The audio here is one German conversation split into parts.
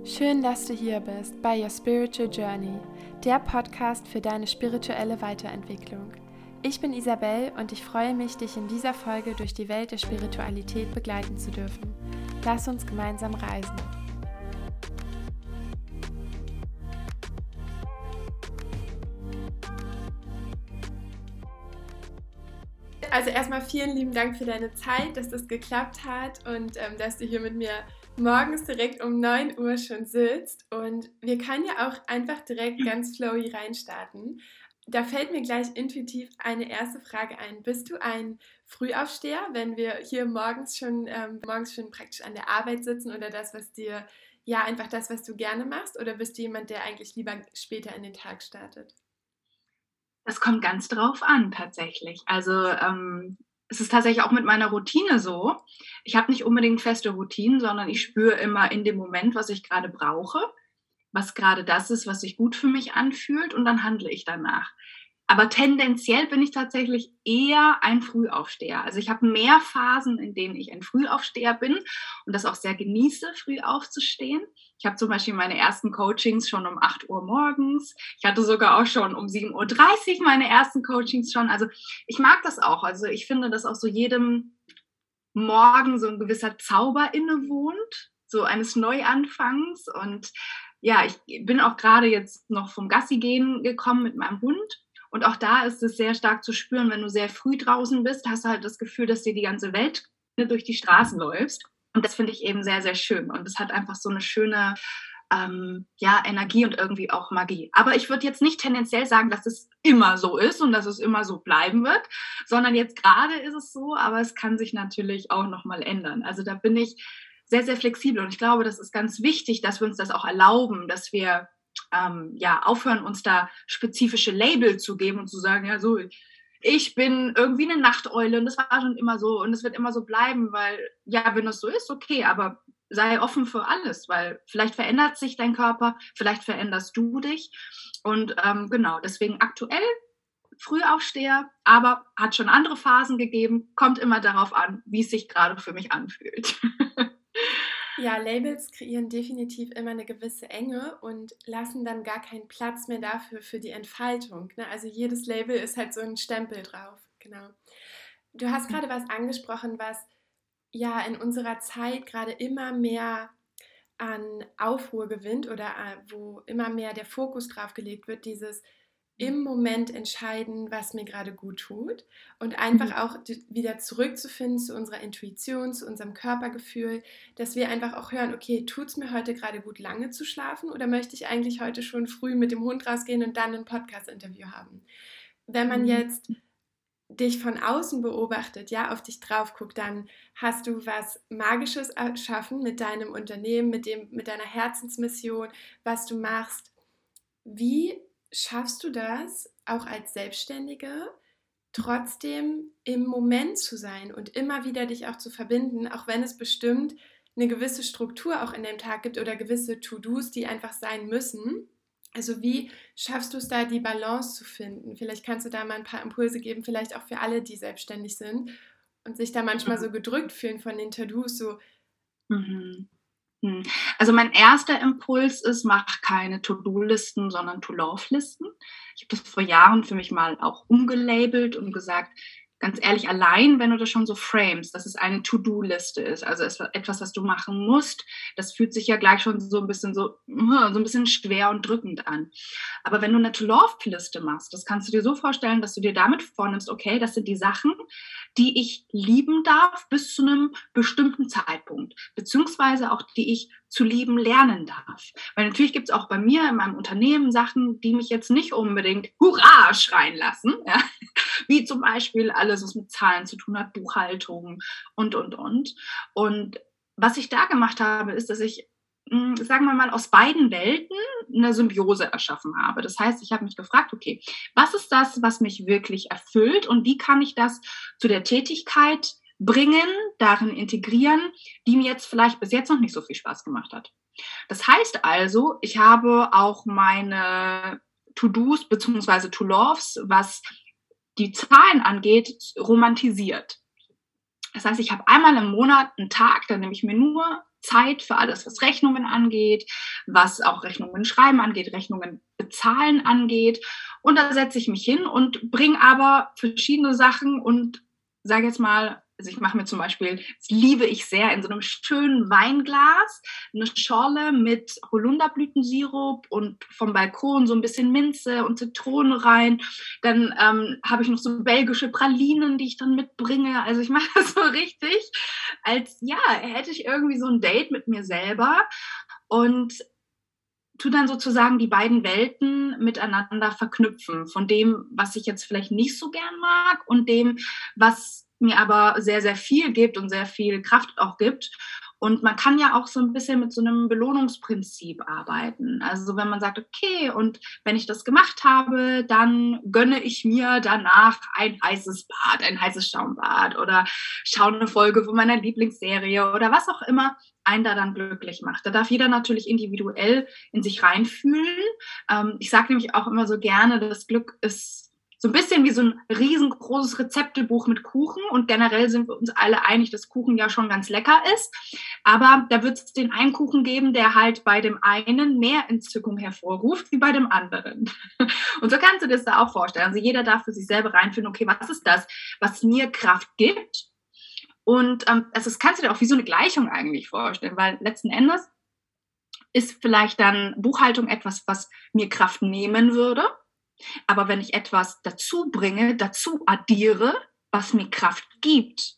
Schön, dass du hier bist bei Your Spiritual Journey, der Podcast für deine spirituelle Weiterentwicklung. Ich bin Isabel und ich freue mich, dich in dieser Folge durch die Welt der Spiritualität begleiten zu dürfen. Lass uns gemeinsam reisen. Also erstmal vielen lieben Dank für deine Zeit, dass das geklappt hat und dass du hier mit mir morgens direkt um 9 Uhr schon sitzt. Und wir können ja auch einfach direkt ganz flowy reinstarten. Da fällt mir gleich intuitiv eine erste Frage ein. Bist du ein Frühaufsteher, wenn wir hier morgens schon praktisch an der Arbeit sitzen oder das, was dir, ja, einfach das, was du gerne machst? Oder bist du jemand, der eigentlich lieber später in den Tag startet? Das kommt ganz drauf an, tatsächlich. Also es ist tatsächlich auch mit meiner Routine so. Ich habe nicht unbedingt feste Routinen, sondern ich spüre immer in dem Moment, was ich gerade brauche, was gerade das ist, was sich gut für mich anfühlt, und dann handle ich danach. Aber tendenziell bin ich tatsächlich eher ein Frühaufsteher. Also ich habe mehr Phasen, in denen ich ein Frühaufsteher bin und das auch sehr genieße, früh aufzustehen. Ich habe zum Beispiel meine ersten Coachings schon um 8 Uhr morgens. Ich hatte sogar auch schon um 7.30 Uhr meine ersten Coachings schon. Also ich mag das auch. Also ich finde, dass auch so jedem Morgen so ein gewisser Zauber innewohnt, so eines Neuanfangs. Und ja, ich bin auch gerade jetzt noch vom Gassi gehen gekommen mit meinem Hund. Und auch da ist es sehr stark zu spüren, wenn du sehr früh draußen bist, hast du halt das Gefühl, dass dir die ganze Welt durch die Straßen läufst. Und das finde ich eben sehr, sehr schön. Und es hat einfach so eine schöne Energie und irgendwie auch Magie. Aber ich würde jetzt nicht tendenziell sagen, dass es immer so ist und dass es immer so bleiben wird, sondern jetzt gerade ist es so, aber es kann sich natürlich auch nochmal ändern. Also da bin ich sehr, sehr flexibel. Und ich glaube, das ist ganz wichtig, dass wir uns das auch erlauben, dass wir aufhören, uns da spezifische Label zu geben und zu sagen, ja, so, ich bin irgendwie eine Nachteule und das war schon immer so und es wird immer so bleiben, weil, ja, wenn das so ist, okay, aber sei offen für alles, weil vielleicht verändert sich dein Körper, vielleicht veränderst du dich und genau, deswegen aktuell Frühaufsteher, aber hat schon andere Phasen gegeben, kommt immer darauf an, wie es sich gerade für mich anfühlt. Ja, Labels kreieren definitiv immer eine gewisse Enge und lassen dann gar keinen Platz mehr dafür für die Entfaltung. Ne? Also jedes Label ist halt so ein Stempel drauf. Genau. Du hast gerade was angesprochen, was ja in unserer Zeit gerade immer mehr an Aufruhr gewinnt oder wo immer mehr der Fokus drauf gelegt wird, dieses im Moment entscheiden, was mir gerade gut tut und einfach auch wieder zurückzufinden zu unserer Intuition, zu unserem Körpergefühl, dass wir einfach auch hören, okay, tut es mir heute gerade gut, lange zu schlafen oder möchte ich eigentlich heute schon früh mit dem Hund rausgehen und dann ein Podcast-Interview haben? Wenn man jetzt dich von außen beobachtet, ja, auf dich drauf guckt, dann hast du was Magisches erschaffen mit deinem Unternehmen, mit deiner Herzensmission, was du machst. Wie schaffst du das, auch als Selbstständige, trotzdem im Moment zu sein und immer wieder dich auch zu verbinden, auch wenn es bestimmt eine gewisse Struktur auch in deinem Tag gibt oder gewisse To-Dos, die einfach sein müssen? Also wie schaffst du es da, die Balance zu finden? Vielleicht kannst du da mal ein paar Impulse geben, vielleicht auch für alle, die selbstständig sind und sich da manchmal so gedrückt fühlen von den To-Dos, so. Also mein erster Impuls ist, mach keine To-Do-Listen, sondern To-Love-Listen. Ich habe das vor Jahren für mich mal auch umgelabelt und gesagt, ganz ehrlich, allein, wenn du das schon so framest, dass es eine To-Do-Liste ist, also etwas, was du machen musst, das fühlt sich ja gleich schon so ein bisschen schwer und drückend an. Aber wenn du eine To-Love-Liste machst, das kannst du dir so vorstellen, dass du dir damit vornimmst, okay, das sind die Sachen, die ich lieben darf bis zu einem bestimmten Zeitpunkt, beziehungsweise auch die ich zu lieben lernen darf. Weil natürlich gibt es auch bei mir in meinem Unternehmen Sachen, die mich jetzt nicht unbedingt Hurra schreien lassen, ja? Wie zum Beispiel alles, was mit Zahlen zu tun hat, Buchhaltung und. Und was ich da gemacht habe, ist, dass ich, sagen wir mal, aus beiden Welten eine Symbiose erschaffen habe. Das heißt, ich habe mich gefragt, okay, was ist das, was mich wirklich erfüllt und wie kann ich das zu der Tätigkeit bringen, darin integrieren, die mir jetzt vielleicht bis jetzt noch nicht so viel Spaß gemacht hat. Das heißt also, ich habe auch meine To-Dos bzw. To-Loves, was die Zahlen angeht, romantisiert. Das heißt, ich habe einmal im Monat einen Tag, da nehme ich mir nur Zeit für alles, was Rechnungen angeht, was auch Rechnungen schreiben angeht, Rechnungen bezahlen angeht. Und da setze ich mich hin und bringe aber verschiedene Sachen und sage jetzt mal, also ich mache mir zum Beispiel, das liebe ich sehr, in so einem schönen Weinglas eine Schorle mit Holunderblütensirup und vom Balkon so ein bisschen Minze und Zitrone rein. Dann habe ich noch so belgische Pralinen, die ich dann mitbringe. Also ich mache das so richtig, als ja, hätte ich irgendwie so ein Date mit mir selber und tu dann sozusagen die beiden Welten miteinander verknüpfen. Von dem, was ich jetzt vielleicht nicht so gern mag und dem, was mir aber sehr, sehr viel gibt und sehr viel Kraft auch gibt. Und man kann ja auch so ein bisschen mit so einem Belohnungsprinzip arbeiten. Also wenn man sagt, okay, und wenn ich das gemacht habe, dann gönne ich mir danach ein heißes Bad, ein heißes Schaumbad oder schaue eine Folge von meiner Lieblingsserie oder was auch immer einen da dann glücklich macht. Da darf jeder natürlich individuell in sich reinfühlen. Ich sage nämlich auch immer so gerne, das Glück ist so ein bisschen wie so ein riesengroßes Rezeptebuch mit Kuchen und generell sind wir uns alle einig, dass Kuchen ja schon ganz lecker ist, aber da wird es den einen Kuchen geben, der halt bei dem einen mehr Entzückung hervorruft, wie bei dem anderen. Und so kannst du dir das da auch vorstellen. Also jeder darf für sich selber reinfinden, okay, was ist das, was mir Kraft gibt? Und also das kannst du dir auch wie so eine Gleichung eigentlich vorstellen, weil letzten Endes ist vielleicht dann Buchhaltung etwas, was mir Kraft nehmen würde. Aber wenn ich etwas dazu bringe, dazu addiere, was mir Kraft gibt,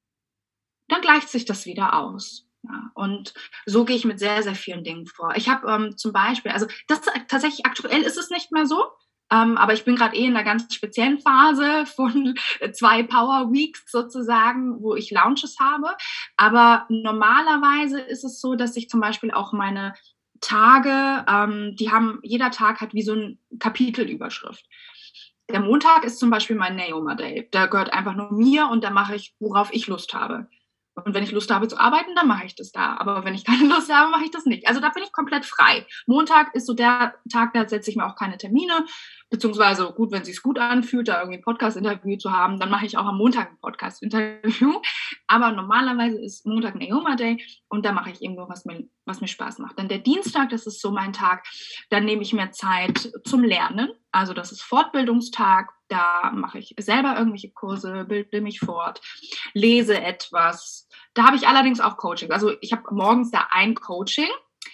dann gleicht sich das wieder aus. Ja, und so gehe ich mit sehr, sehr vielen Dingen vor. Ich habe zum Beispiel, also das tatsächlich aktuell ist es nicht mehr so, aber ich bin gerade in einer ganz speziellen Phase von 2 Power Weeks sozusagen, wo ich Launches habe. Aber normalerweise ist es so, dass ich zum Beispiel auch meine Tage, jeder Tag hat wie so eine Kapitelüberschrift. Der Montag ist zum Beispiel mein Neoma Day. Der gehört einfach nur mir und da mache ich, worauf ich Lust habe. Und wenn ich Lust habe zu arbeiten, dann mache ich das da. Aber wenn ich keine Lust habe, mache ich das nicht. Also da bin ich komplett frei. Montag ist so der Tag, da setze ich mir auch keine Termine. Beziehungsweise, gut, wenn es sich gut anfühlt, da irgendwie ein Podcast-Interview zu haben, dann mache ich auch am Montag ein Podcast-Interview. Aber normalerweise ist Montag Neoma Day und da mache ich eben nur, was mir Spaß macht. Dann der Dienstag, das ist so mein Tag, dann nehme ich mir Zeit zum Lernen. Also das ist Fortbildungstag. Da mache ich selber irgendwelche Kurse, bilde mich fort, lese etwas. Da habe ich allerdings auch Coaching. Also ich habe morgens da ein Coaching.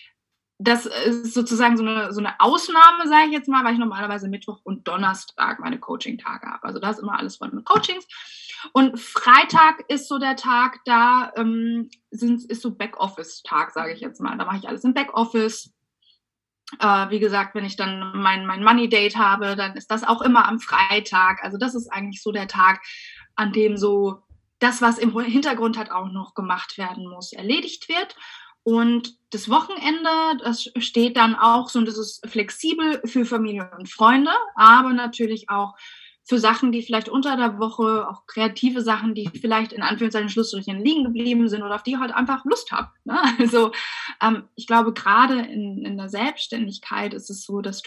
Das ist sozusagen so eine Ausnahme, sage ich jetzt mal, weil ich normalerweise Mittwoch und Donnerstag meine Coaching-Tage habe. Also da ist immer alles voll mit Coachings. Und Freitag ist so der Tag, da ist so Backoffice-Tag, sage ich jetzt mal. Da mache ich alles im Backoffice. Wie gesagt, wenn ich dann mein Money-Date habe, dann ist das auch immer am Freitag. Also das ist eigentlich so der Tag, an dem so das, was im Hintergrund halt auch noch gemacht werden muss, erledigt wird. Und das Wochenende, das steht dann auch so, und das ist flexibel für Familie und Freunde, aber natürlich auch für Sachen, die vielleicht unter der Woche, auch kreative Sachen, die vielleicht in Anführungszeichen Schlussstrichen liegen geblieben sind oder auf die ich halt einfach Lust habe. Ne? Also ich glaube, gerade in der Selbstständigkeit ist es so, dass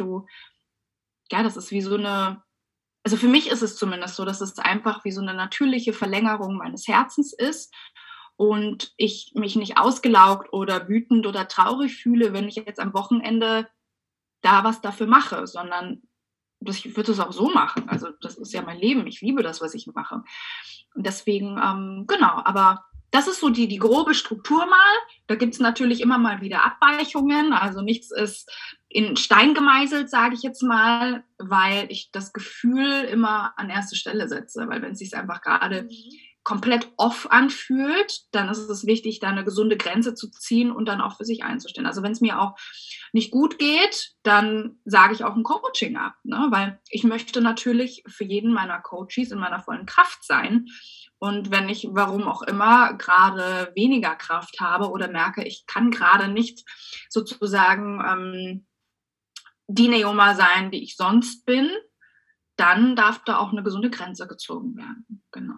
das ist wie so eine, also für mich ist es zumindest so, dass es einfach wie so eine natürliche Verlängerung meines Herzens ist und ich mich nicht ausgelaugt oder wütend oder traurig fühle, wenn ich jetzt am Wochenende da was dafür mache, sondern ich würde es auch so machen. Also das ist ja mein Leben. Ich liebe das, was ich mache. Und deswegen, genau, aber das ist so die grobe Struktur mal. Da gibt es natürlich immer mal wieder Abweichungen. Also nichts ist in Stein gemeißelt, sage ich jetzt mal, weil ich das Gefühl immer an erste Stelle setze. Weil wenn es sich einfach gerade komplett off anfühlt, dann ist es wichtig, da eine gesunde Grenze zu ziehen und dann auch für sich einzustellen. Also wenn es mir auch nicht gut geht, dann sage ich auch ein Coaching ab, ne? Weil ich möchte natürlich für jeden meiner Coaches in meiner vollen Kraft sein. Und wenn ich, warum auch immer, gerade weniger Kraft habe oder merke, ich kann gerade nicht sozusagen die Neoma sein, die ich sonst bin, dann darf da auch eine gesunde Grenze gezogen werden. Genau.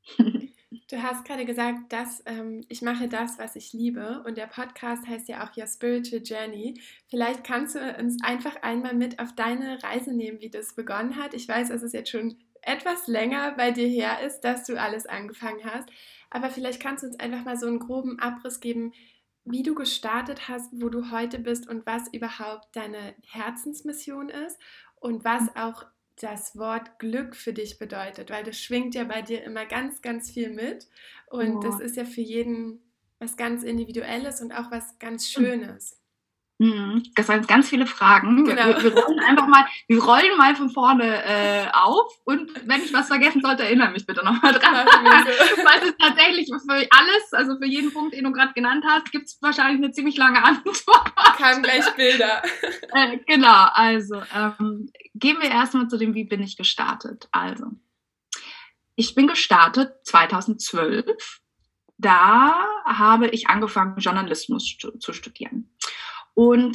Du hast gerade gesagt, dass ich mache das, was ich liebe, und der Podcast heißt ja auch Your Spiritual Journey. Vielleicht kannst du uns einfach einmal mit auf deine Reise nehmen, wie das begonnen hat. Ich weiß, dass es jetzt schon etwas länger bei dir her ist, dass du alles angefangen hast, aber vielleicht kannst du uns einfach mal so einen groben Abriss geben, wie du gestartet hast, wo du heute bist und was überhaupt deine Herzensmission ist und was auch das Wort Glück für dich bedeutet, weil das schwingt ja bei dir immer ganz, ganz viel mit und das Oh. ist ja für jeden was ganz Individuelles und auch was ganz Schönes. Das waren ganz viele Fragen. Genau. Wir rollen mal von vorne auf und wenn ich was vergessen sollte, erinnere mich bitte nochmal dran. Weil es tatsächlich für alles, also für jeden Punkt, den du gerade genannt hast, gibt es wahrscheinlich eine ziemlich lange Antwort. Kamen gleich Bilder. Genau, also gehen wir erstmal zu dem, wie bin ich gestartet. Also, ich bin gestartet 2012. Da habe ich angefangen, Journalismus zu studieren. Und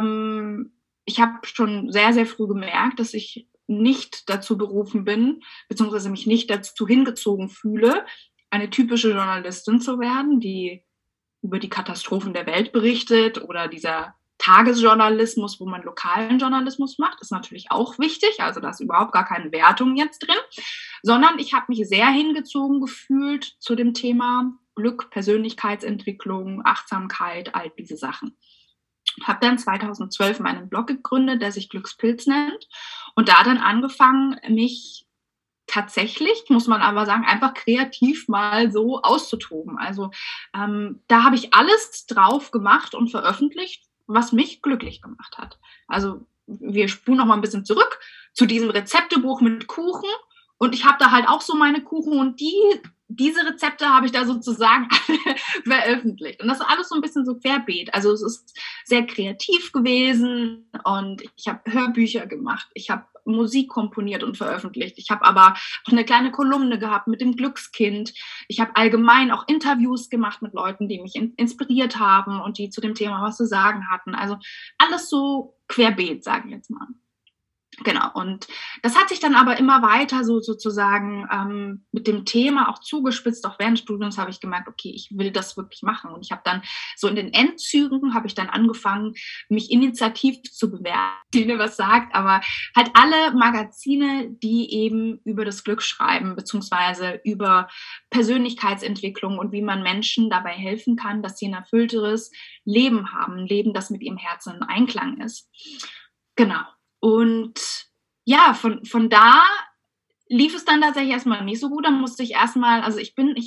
ich habe schon sehr, sehr früh gemerkt, dass ich nicht dazu berufen bin, beziehungsweise mich nicht dazu hingezogen fühle, eine typische Journalistin zu werden, die über die Katastrophen der Welt berichtet oder dieser Tagesjournalismus, wo man lokalen Journalismus macht, ist natürlich auch wichtig, also da ist überhaupt gar keine Wertung jetzt drin, sondern ich habe mich sehr hingezogen gefühlt zu dem Thema Glück, Persönlichkeitsentwicklung, Achtsamkeit, all diese Sachen. Habe dann 2012 meinen Blog gegründet, der sich Glückspilz nennt und da dann angefangen, mich tatsächlich, muss man aber sagen, einfach kreativ mal so auszutoben. Also da habe ich alles drauf gemacht und veröffentlicht, was mich glücklich gemacht hat. Also wir spulen noch mal ein bisschen zurück zu diesem Rezeptebuch mit Kuchen und ich habe da halt auch so meine Kuchen und diese Rezepte habe ich da sozusagen veröffentlicht. Und das ist alles so ein bisschen so querbeet. Also es ist sehr kreativ gewesen und ich habe Hörbücher gemacht, ich habe Musik komponiert und veröffentlicht. Ich habe aber auch eine kleine Kolumne gehabt mit dem Glückskind. Ich habe allgemein auch Interviews gemacht mit Leuten, die mich inspiriert haben und die zu dem Thema was zu sagen hatten. Also alles so querbeet, sage ich jetzt mal. Genau, und das hat sich dann aber immer weiter so sozusagen mit dem Thema auch zugespitzt. Auch während des Studiums habe ich gemerkt, okay, ich will das wirklich machen. Und ich habe dann so in den Endzügen habe ich dann angefangen, mich initiativ zu bewerben, die was sagt, aber halt alle Magazine, die eben über das Glück schreiben, beziehungsweise über Persönlichkeitsentwicklung und wie man Menschen dabei helfen kann, dass sie ein erfüllteres Leben haben, ein Leben, das mit ihrem Herzen in Einklang ist. Genau. Und ja, von da lief es dann tatsächlich erstmal nicht so gut. Dann musste ich erstmal, also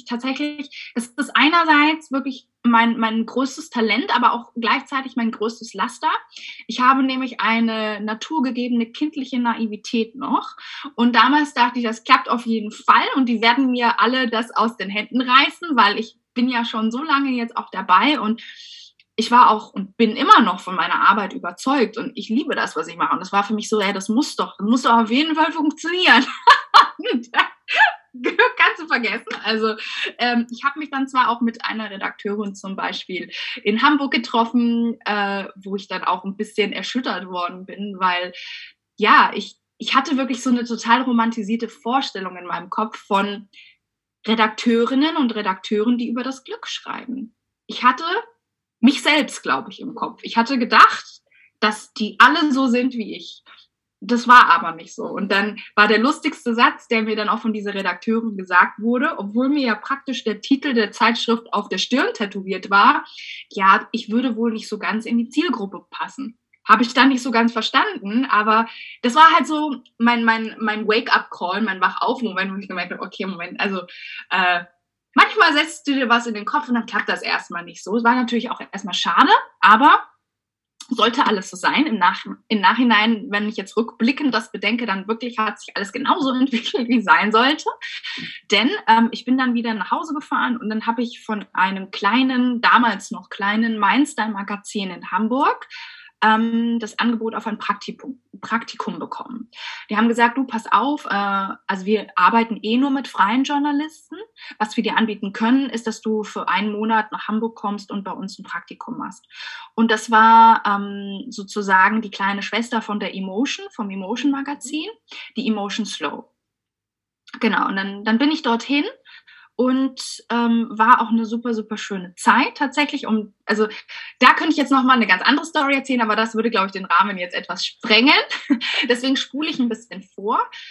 das ist einerseits wirklich mein größtes Talent, aber auch gleichzeitig mein größtes Laster. Ich habe nämlich eine naturgegebene kindliche Naivität noch. Und damals dachte ich, das klappt auf jeden Fall und die werden mir alle das aus den Händen reißen, weil ich bin ja schon so lange jetzt auch dabei und ich war auch und bin immer noch von meiner Arbeit überzeugt und ich liebe das, was ich mache. Und das war für mich so, ja, das muss doch auf jeden Fall funktionieren. Kannst du vergessen. Also ich habe mich dann zwar auch mit einer Redakteurin zum Beispiel in Hamburg getroffen, wo ich dann auch ein bisschen erschüttert worden bin, weil ja, ich hatte wirklich so eine total romantisierte Vorstellung in meinem Kopf von Redakteurinnen und Redakteuren, die über das Glück schreiben. Ich hatte mich selbst, glaube ich, im Kopf. Ich hatte gedacht, dass die alle so sind wie ich. Das war aber nicht so. Und dann war der lustigste Satz, der mir dann auch von dieser Redakteurin gesagt wurde, obwohl mir ja praktisch der Titel der Zeitschrift auf der Stirn tätowiert war, ja, ich würde wohl nicht so ganz in die Zielgruppe passen. Habe ich dann nicht so ganz verstanden, aber das war halt so mein Wake-up-Call, mein Wach-auf-Moment, wo ich gemerkt habe, okay, Moment, also manchmal setzt du dir was in den Kopf und dann klappt das erstmal nicht so. Es war natürlich auch erstmal schade, aber sollte alles so sein. Im Nachhinein, wenn ich jetzt rückblickend das bedenke, dann wirklich hat sich alles genauso entwickelt, wie es sein sollte. Denn ich bin dann wieder nach Hause gefahren und dann habe ich von einem damals noch kleinen Mindstyle-Magazin in Hamburg das Angebot auf ein Praktikum bekommen. Die haben gesagt, du, pass auf, also wir arbeiten nur mit freien Journalisten. Was wir dir anbieten können, ist, dass du für einen Monat nach Hamburg kommst und bei uns ein Praktikum machst. Und das war sozusagen die kleine Schwester von der Emotion, vom Emotion Magazin, die Emotion Slow. Genau, und dann bin ich dorthin und war auch eine super, super schöne Zeit tatsächlich. Also da könnte ich jetzt nochmal eine ganz andere Story erzählen, aber das würde, glaube ich, den Rahmen jetzt etwas sprengen. Deswegen spule ich ein bisschen vor.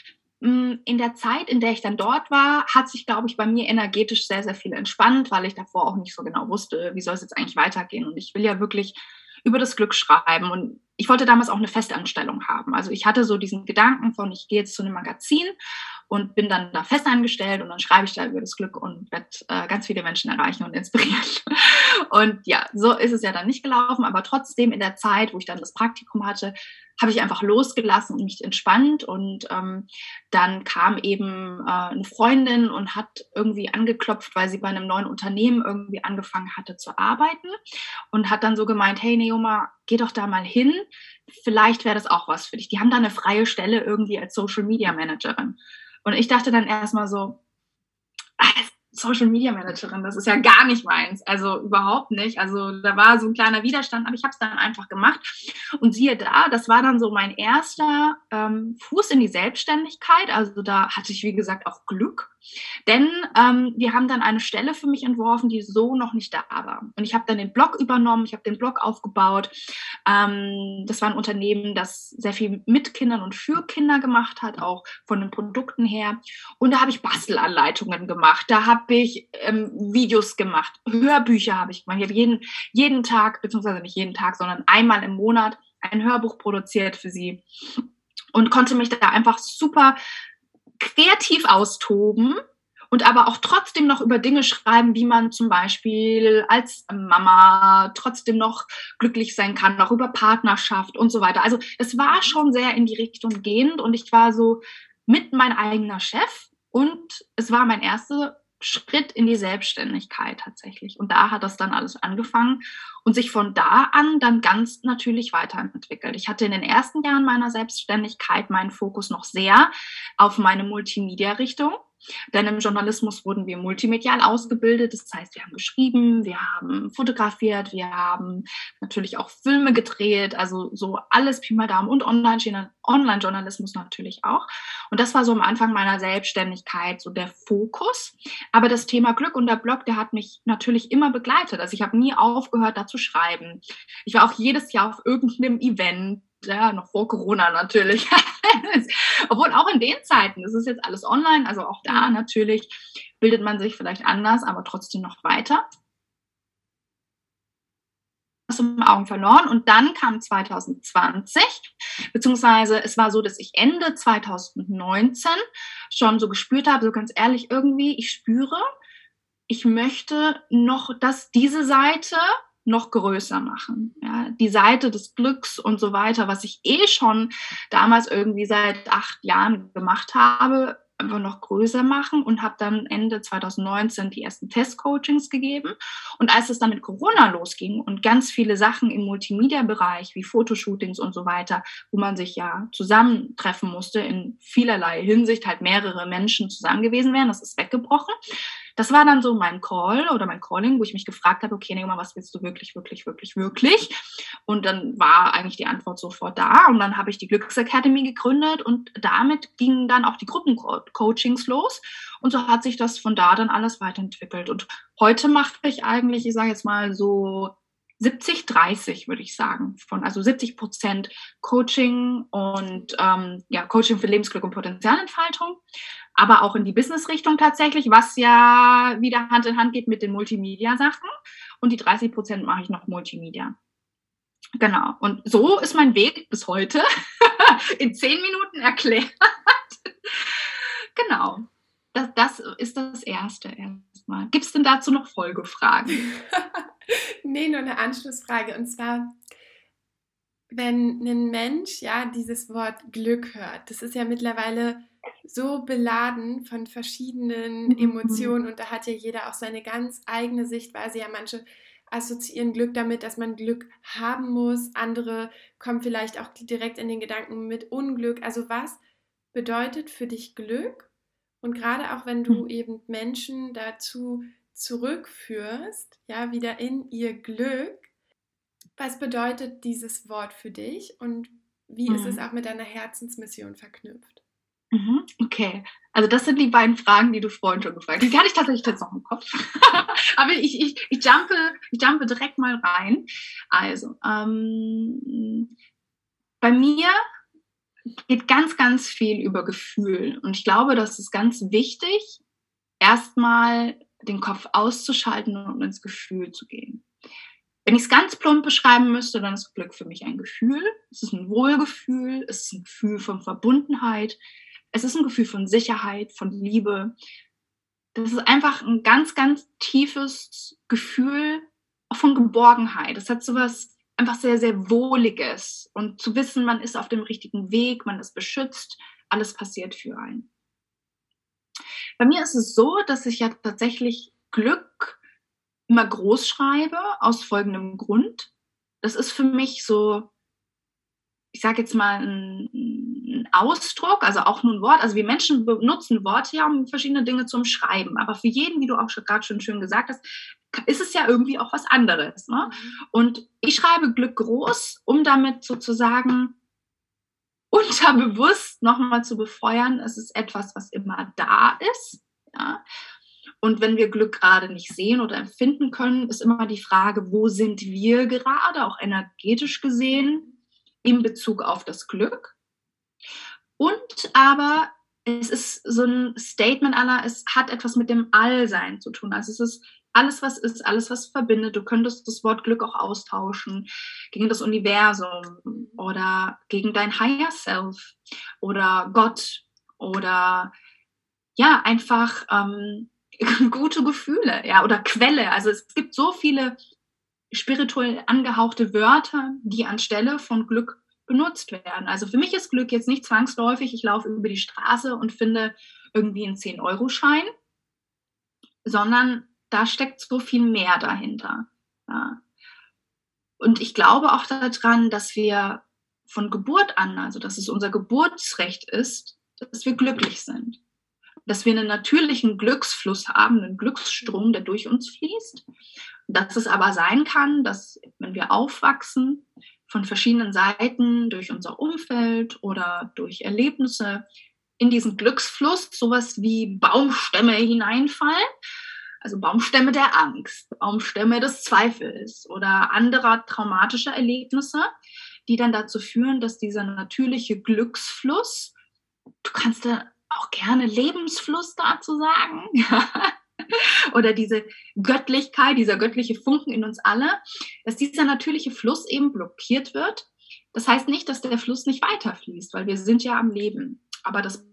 in der Zeit, in der ich dann dort war, hat sich, glaube ich, bei mir energetisch sehr, sehr viel entspannt, weil ich davor auch nicht so genau wusste, wie soll es jetzt eigentlich weitergehen. Und ich will ja wirklich über das Glück schreiben. Und ich wollte damals auch eine Festanstellung haben. Also ich hatte so diesen Gedanken von, ich gehe jetzt zu einem Magazin und bin dann da festangestellt und dann schreibe ich da über das Glück und werde ganz viele Menschen erreichen und inspirieren. Und ja, so ist es ja dann nicht gelaufen, aber trotzdem in der Zeit, wo ich dann das Praktikum hatte, habe ich einfach losgelassen und mich entspannt und dann kam eben eine Freundin und hat irgendwie angeklopft, weil sie bei einem neuen Unternehmen irgendwie angefangen hatte zu arbeiten und hat dann so gemeint, hey Neoma, geh doch da mal hin, vielleicht wäre das auch was für dich. Die haben da eine freie Stelle irgendwie als Social Media Managerin. Und ich dachte dann erstmal so, Social Media Managerin, das ist ja gar nicht meins, also überhaupt nicht. Also da war so ein kleiner Widerstand, aber ich habe es dann einfach gemacht. Und siehe da, das war dann so mein erster Fuß in die Selbstständigkeit. Also da hatte ich, wie gesagt, auch Glück. Denn wir haben dann eine Stelle für mich entworfen, die so noch nicht da war. Und ich habe dann den Blog übernommen, ich habe den Blog aufgebaut. Das war ein Unternehmen, das sehr viel mit Kindern und für Kinder gemacht hat, auch von den Produkten her. Und da habe ich Bastelanleitungen gemacht, da habe ich Videos gemacht, Hörbücher habe ich gemacht. Ich habe jeden Tag, beziehungsweise nicht jeden Tag, sondern einmal im Monat ein Hörbuch produziert für sie und konnte mich da einfach super kreativ austoben und aber auch trotzdem noch über Dinge schreiben, wie man zum Beispiel als Mama trotzdem noch glücklich sein kann, auch über Partnerschaft und so weiter. Also es war schon sehr in die Richtung gehend und ich war so mit mein eigener Chef und es war mein erster Schritt in die Selbstständigkeit tatsächlich. Und da hat das dann alles angefangen und sich von da an dann ganz natürlich weiterentwickelt. Ich hatte in den ersten Jahren meiner Selbstständigkeit meinen Fokus noch sehr auf meine Multimedia-Richtung. Denn im Journalismus wurden wir multimedial ausgebildet. Das heißt, wir haben geschrieben, wir haben fotografiert, wir haben natürlich auch Filme gedreht, also so alles Pi mal Daumen und Online-Journalismus natürlich auch. Und das war so am Anfang meiner Selbstständigkeit so der Fokus. Aber das Thema Glück und der Blog, der hat mich natürlich immer begleitet. Also ich habe nie aufgehört, da zu schreiben. Ich war auch jedes Jahr auf irgendeinem Event, ja, noch vor Corona natürlich. Obwohl auch in den Zeiten, das ist jetzt alles online, also auch da natürlich bildet man sich vielleicht anders, aber trotzdem noch weiter. Aus den Augen verloren und dann kam 2020, beziehungsweise es war so, dass ich Ende 2019 schon so gespürt habe, so ganz ehrlich irgendwie, ich spüre, ich möchte noch, dass diese Seite noch größer machen. Ja, die Seite des Glücks und so weiter, was ich schon damals irgendwie seit 8 Jahren gemacht habe, einfach noch größer machen und habe dann Ende 2019 die ersten Testcoachings gegeben. Und als es dann mit Corona losging und ganz viele Sachen im Multimedia-Bereich wie Fotoshootings und so weiter, wo man sich ja zusammentreffen musste, in vielerlei Hinsicht halt mehrere Menschen zusammen gewesen wären, das ist weggebrochen. Das war dann so mein Call oder mein Calling, wo ich mich gefragt habe, okay, Neoma, was willst du wirklich, wirklich, wirklich, wirklich? Und dann war eigentlich die Antwort sofort da. Und dann habe ich die Glücksacademy gegründet und damit gingen dann auch die Gruppencoachings los. Und so hat sich das von da dann alles weiterentwickelt. Und heute mache ich eigentlich, ich sage jetzt mal so 70-30, würde ich sagen. Also 70% Coaching und Coaching für Lebensglück und Potenzialentfaltung, aber auch in die Business-Richtung tatsächlich, was ja wieder Hand in Hand geht mit den Multimedia-Sachen. Und die 30% mache ich noch Multimedia. Genau. Und so ist mein Weg bis heute in 10 Minuten erklärt. Genau. Das ist das Erste erstmal. Gibt es denn dazu noch Folgefragen? Nee, nur eine Anschlussfrage. Und zwar, wenn ein Mensch ja dieses Wort Glück hört, das ist ja mittlerweile so beladen von verschiedenen Emotionen und da hat ja jeder auch seine ganz eigene Sichtweise. Ja, manche assoziieren Glück damit, dass man Glück haben muss. Andere kommen vielleicht auch direkt in den Gedanken mit Unglück. Also was bedeutet für dich Glück? Und gerade auch wenn du eben Menschen dazu zurückführst, ja, wieder in ihr Glück, was bedeutet dieses Wort für dich und wie ist es auch mit deiner Herzensmission verknüpft? Okay, also das sind die beiden Fragen, die du vorhin schon gefragt hast. Die hatte ich tatsächlich jetzt noch im Kopf. Aber ich jumpe direkt mal rein. Also, bei mir geht ganz, ganz viel über Gefühl. Und ich glaube, das ist ganz wichtig, erstmal den Kopf auszuschalten und ins Gefühl zu gehen. Wenn ich es ganz plump beschreiben müsste, dann ist Glück für mich ein Gefühl. Es ist ein Wohlgefühl, es ist ein Gefühl von Verbundenheit, es ist ein Gefühl von Sicherheit, von Liebe. Das ist einfach ein ganz, ganz tiefes Gefühl auch von Geborgenheit. Das hat sowas einfach sehr, sehr Wohliges. Und zu wissen, man ist auf dem richtigen Weg, man ist beschützt, alles passiert für einen. Bei mir ist es so, dass ich ja tatsächlich Glück immer groß schreibe, aus folgendem Grund. Das ist für mich so, ich sage jetzt mal, ein Ausdruck, also auch nur ein Wort. Also wir Menschen benutzen Worte ja, um verschiedene Dinge zu umschreiben. Aber für jeden, wie du auch gerade schon schön gesagt hast, ist es ja irgendwie auch was anderes. Ne? Und ich schreibe Glück groß, um damit sozusagen unterbewusst nochmal zu befeuern, es ist etwas, was immer da ist. Ja? Und wenn wir Glück gerade nicht sehen oder empfinden können, ist immer die Frage, wo sind wir gerade, auch energetisch gesehen, in Bezug auf das Glück. Und aber es ist so ein Statement aller, es hat etwas mit dem Allsein zu tun. Also es ist alles, was verbindet. Du könntest das Wort Glück auch austauschen gegen das Universum oder gegen dein Higher Self oder Gott oder ja, einfach gute Gefühle, ja, oder Quelle. Also es gibt so viele spirituell angehauchte Wörter, die anstelle von Glück benutzt werden. Also für mich ist Glück jetzt nicht zwangsläufig, ich laufe über die Straße und finde irgendwie einen 10-Euro-Schein, sondern da steckt so viel mehr dahinter. Ja. Und ich glaube auch daran, dass wir von Geburt an, also dass es unser Geburtsrecht ist, dass wir glücklich sind. Dass wir einen natürlichen Glücksfluss haben, einen Glücksstrom, der durch uns fließt. Dass es aber sein kann, dass wenn wir aufwachsen, von verschiedenen Seiten, durch unser Umfeld oder durch Erlebnisse, in diesen Glücksfluss sowas wie Baumstämme hineinfallen. Also Baumstämme der Angst, Baumstämme des Zweifels oder anderer traumatischer Erlebnisse, die dann dazu führen, dass dieser natürliche Glücksfluss, du kannst da auch gerne Lebensfluss dazu sagen, oder diese Göttlichkeit, dieser göttliche Funken in uns alle, dass dieser natürliche Fluss eben blockiert wird. Das heißt nicht, dass der Fluss nicht weiterfließt, weil wir sind ja am Leben, aber das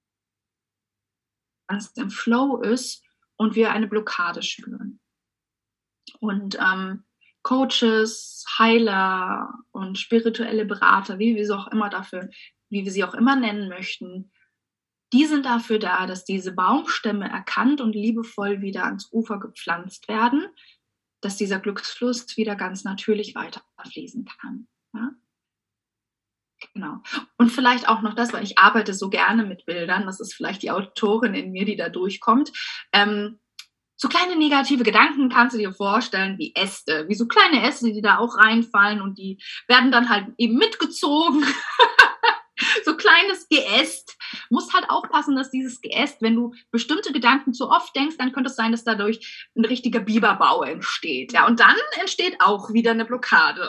ganz im Flow ist und wir eine Blockade spüren. Und Coaches, Heiler und spirituelle Berater, wie wir sie auch immer nennen möchten, die sind dafür da, dass diese Baumstämme erkannt und liebevoll wieder ans Ufer gepflanzt werden, dass dieser Glücksfluss wieder ganz natürlich weiterfließen kann. Ja? Genau. Und vielleicht auch noch das, weil ich arbeite so gerne mit Bildern, das ist vielleicht die Autorin in mir, die da durchkommt. So kleine negative Gedanken kannst du dir vorstellen wie Äste, wie so kleine Äste, die da auch reinfallen und die werden dann halt eben mitgezogen. So kleines Geäst. Muss halt aufpassen, dass dieses Geäst, wenn du bestimmte Gedanken zu oft denkst, dann könnte es sein, dass dadurch ein richtiger Biberbau entsteht. Ja, und dann entsteht auch wieder eine Blockade.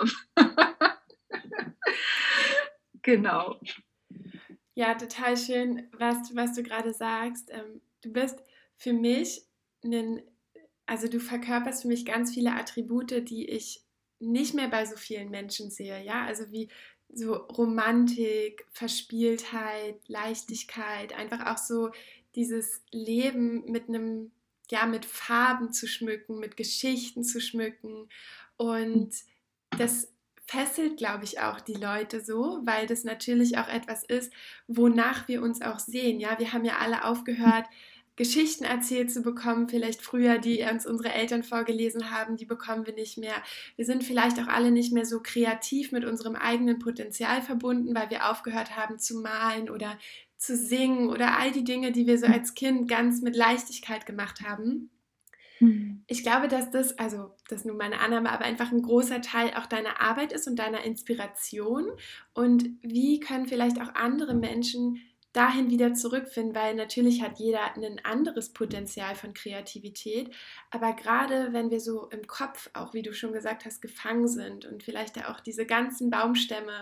Genau. Ja, total schön, was du gerade sagst. Du bist für mich also du verkörperst für mich ganz viele Attribute, die ich nicht mehr bei so vielen Menschen sehe, ja, also wie so Romantik, Verspieltheit, Leichtigkeit, einfach auch so dieses Leben mit Farben zu schmücken, mit Geschichten zu schmücken und das fesselt, glaube ich, auch die Leute so, weil das natürlich auch etwas ist, wonach wir uns auch sehen. Ja, wir haben ja alle aufgehört, Geschichten erzählt zu bekommen, vielleicht früher, die uns unsere Eltern vorgelesen haben, die bekommen wir nicht mehr. Wir sind vielleicht auch alle nicht mehr so kreativ mit unserem eigenen Potenzial verbunden, weil wir aufgehört haben zu malen oder zu singen oder all die Dinge, die wir so als Kind ganz mit Leichtigkeit gemacht haben. Ich glaube, dass das ist nun meine Annahme, aber einfach ein großer Teil auch deiner Arbeit ist und deiner Inspiration. Und wie können vielleicht auch andere Menschen dahin wieder zurückfinden, weil natürlich hat jeder ein anderes Potenzial von Kreativität, aber gerade wenn wir so im Kopf, auch wie du schon gesagt hast, gefangen sind und vielleicht auch diese ganzen Baumstämme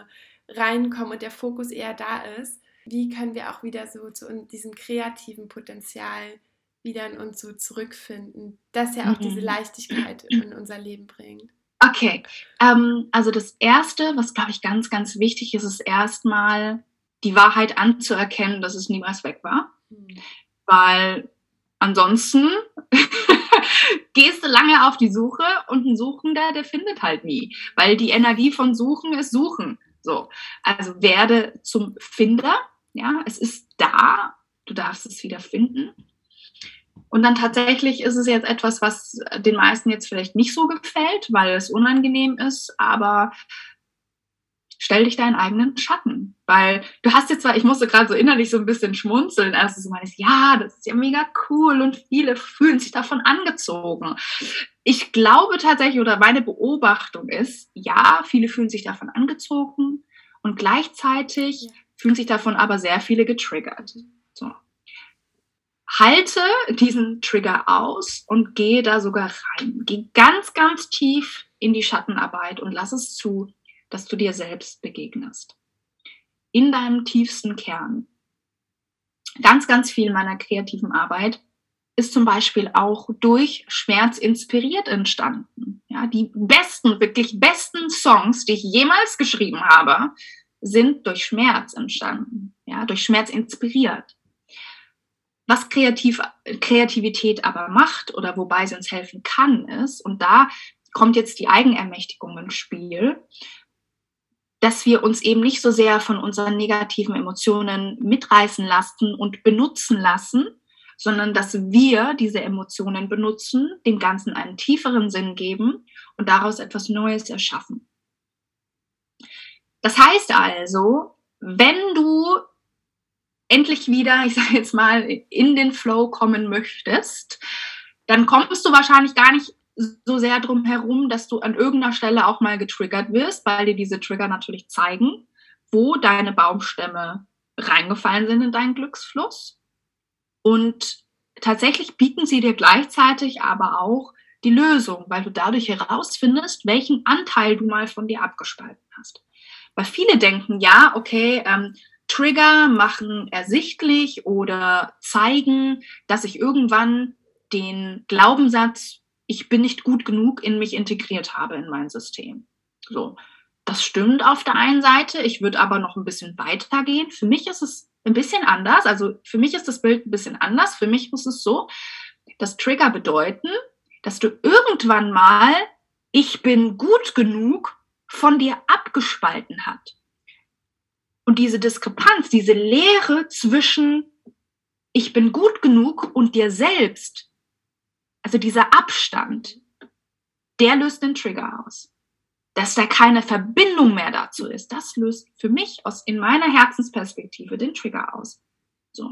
reinkommen und der Fokus eher da ist, wie können wir auch wieder so zu diesem kreativen Potenzial wieder in uns so zurückfinden, das ja auch diese Leichtigkeit in unser Leben bringt. Okay, also das Erste, was, glaube ich, ganz, ganz wichtig ist, ist erstmal die Wahrheit anzuerkennen, dass es niemals weg war. Weil ansonsten gehst du lange auf die Suche und ein Suchender, der findet halt nie. Weil die Energie von Suchen ist Suchen. So. Also werde zum Finder. Ja, es ist da. Du darfst es wieder finden. Und dann tatsächlich ist es jetzt etwas, was den meisten jetzt vielleicht nicht so gefällt, weil es unangenehm ist, aber stell dich deinen eigenen Schatten. Weil du hast jetzt zwar, ich musste gerade so innerlich so ein bisschen schmunzeln, als du so meinst, ja, das ist ja mega cool und viele fühlen sich davon angezogen. Ich glaube tatsächlich, oder meine Beobachtung ist, ja, viele fühlen sich davon angezogen und gleichzeitig fühlen sich davon aber sehr viele getriggert. So. Halte diesen Trigger aus und gehe da sogar rein. Geh ganz, ganz tief in die Schattenarbeit und lass es zu, dass du dir selbst begegnest. In deinem tiefsten Kern. Ganz, ganz viel meiner kreativen Arbeit ist zum Beispiel auch durch Schmerz inspiriert entstanden. Ja, die besten, wirklich besten Songs, die ich jemals geschrieben habe, sind durch Schmerz entstanden. Ja, durch Schmerz inspiriert. Was Kreativität aber macht oder wobei sie uns helfen kann, ist, und da kommt jetzt die Eigenermächtigung ins Spiel, dass wir uns eben nicht so sehr von unseren negativen Emotionen mitreißen lassen und benutzen lassen, sondern dass wir diese Emotionen benutzen, dem Ganzen einen tieferen Sinn geben und daraus etwas Neues erschaffen. Das heißt also, wenn du endlich wieder, ich sage jetzt mal, in den Flow kommen möchtest, dann kommst du wahrscheinlich gar nicht so sehr drum herum, dass du an irgendeiner Stelle auch mal getriggert wirst, weil dir diese Trigger natürlich zeigen, wo deine Baumstämme reingefallen sind in deinen Glücksfluss. Und tatsächlich bieten sie dir gleichzeitig aber auch die Lösung, weil du dadurch herausfindest, welchen Anteil du mal von dir abgespalten hast. Weil viele denken, ja, okay, Trigger machen ersichtlich oder zeigen, dass ich irgendwann den Glaubenssatz, ich bin nicht gut genug, in mich integriert habe, in mein System. So, das stimmt auf der einen Seite. Ich würde aber noch ein bisschen weiter gehen. Für mich ist es ein bisschen anders. Also für mich ist das Bild ein bisschen anders. Für mich ist es so, dass Trigger bedeuten, dass du irgendwann mal, ich bin gut genug, von dir abgespalten hat. Und diese Diskrepanz, diese Leere zwischen ich bin gut genug und dir selbst, also dieser Abstand, der löst den Trigger aus. Dass da keine Verbindung mehr dazu ist, das löst für mich in meiner Herzensperspektive den Trigger aus. So.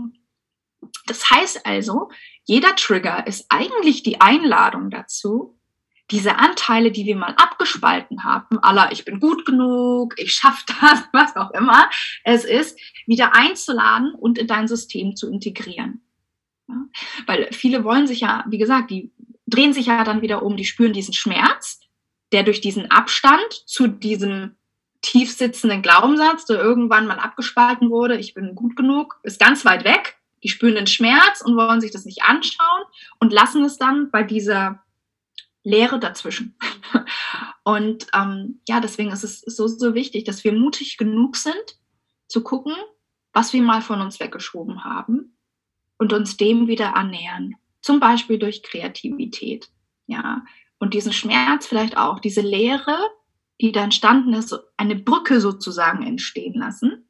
Das heißt also, jeder Trigger ist eigentlich die Einladung dazu, diese Anteile, die wir mal abgespalten haben, ich bin gut genug, ich schaffe das, was auch immer es ist, wieder einzuladen und in dein System zu integrieren. Ja? Weil viele wollen sich ja, wie gesagt, die drehen sich ja dann wieder um, die spüren diesen Schmerz, der durch diesen Abstand zu diesem tief sitzenden Glaubenssatz, der irgendwann mal abgespalten wurde, ich bin gut genug, ist ganz weit weg. Die spüren den Schmerz und wollen sich das nicht anschauen und lassen es dann bei dieser Leere dazwischen. Und deswegen ist es so, so wichtig, dass wir mutig genug sind, zu gucken, was wir mal von uns weggeschoben haben und uns dem wieder annähern. Zum Beispiel durch Kreativität. Ja. Und diesen Schmerz vielleicht auch, diese Leere, die da entstanden ist, eine Brücke sozusagen entstehen lassen.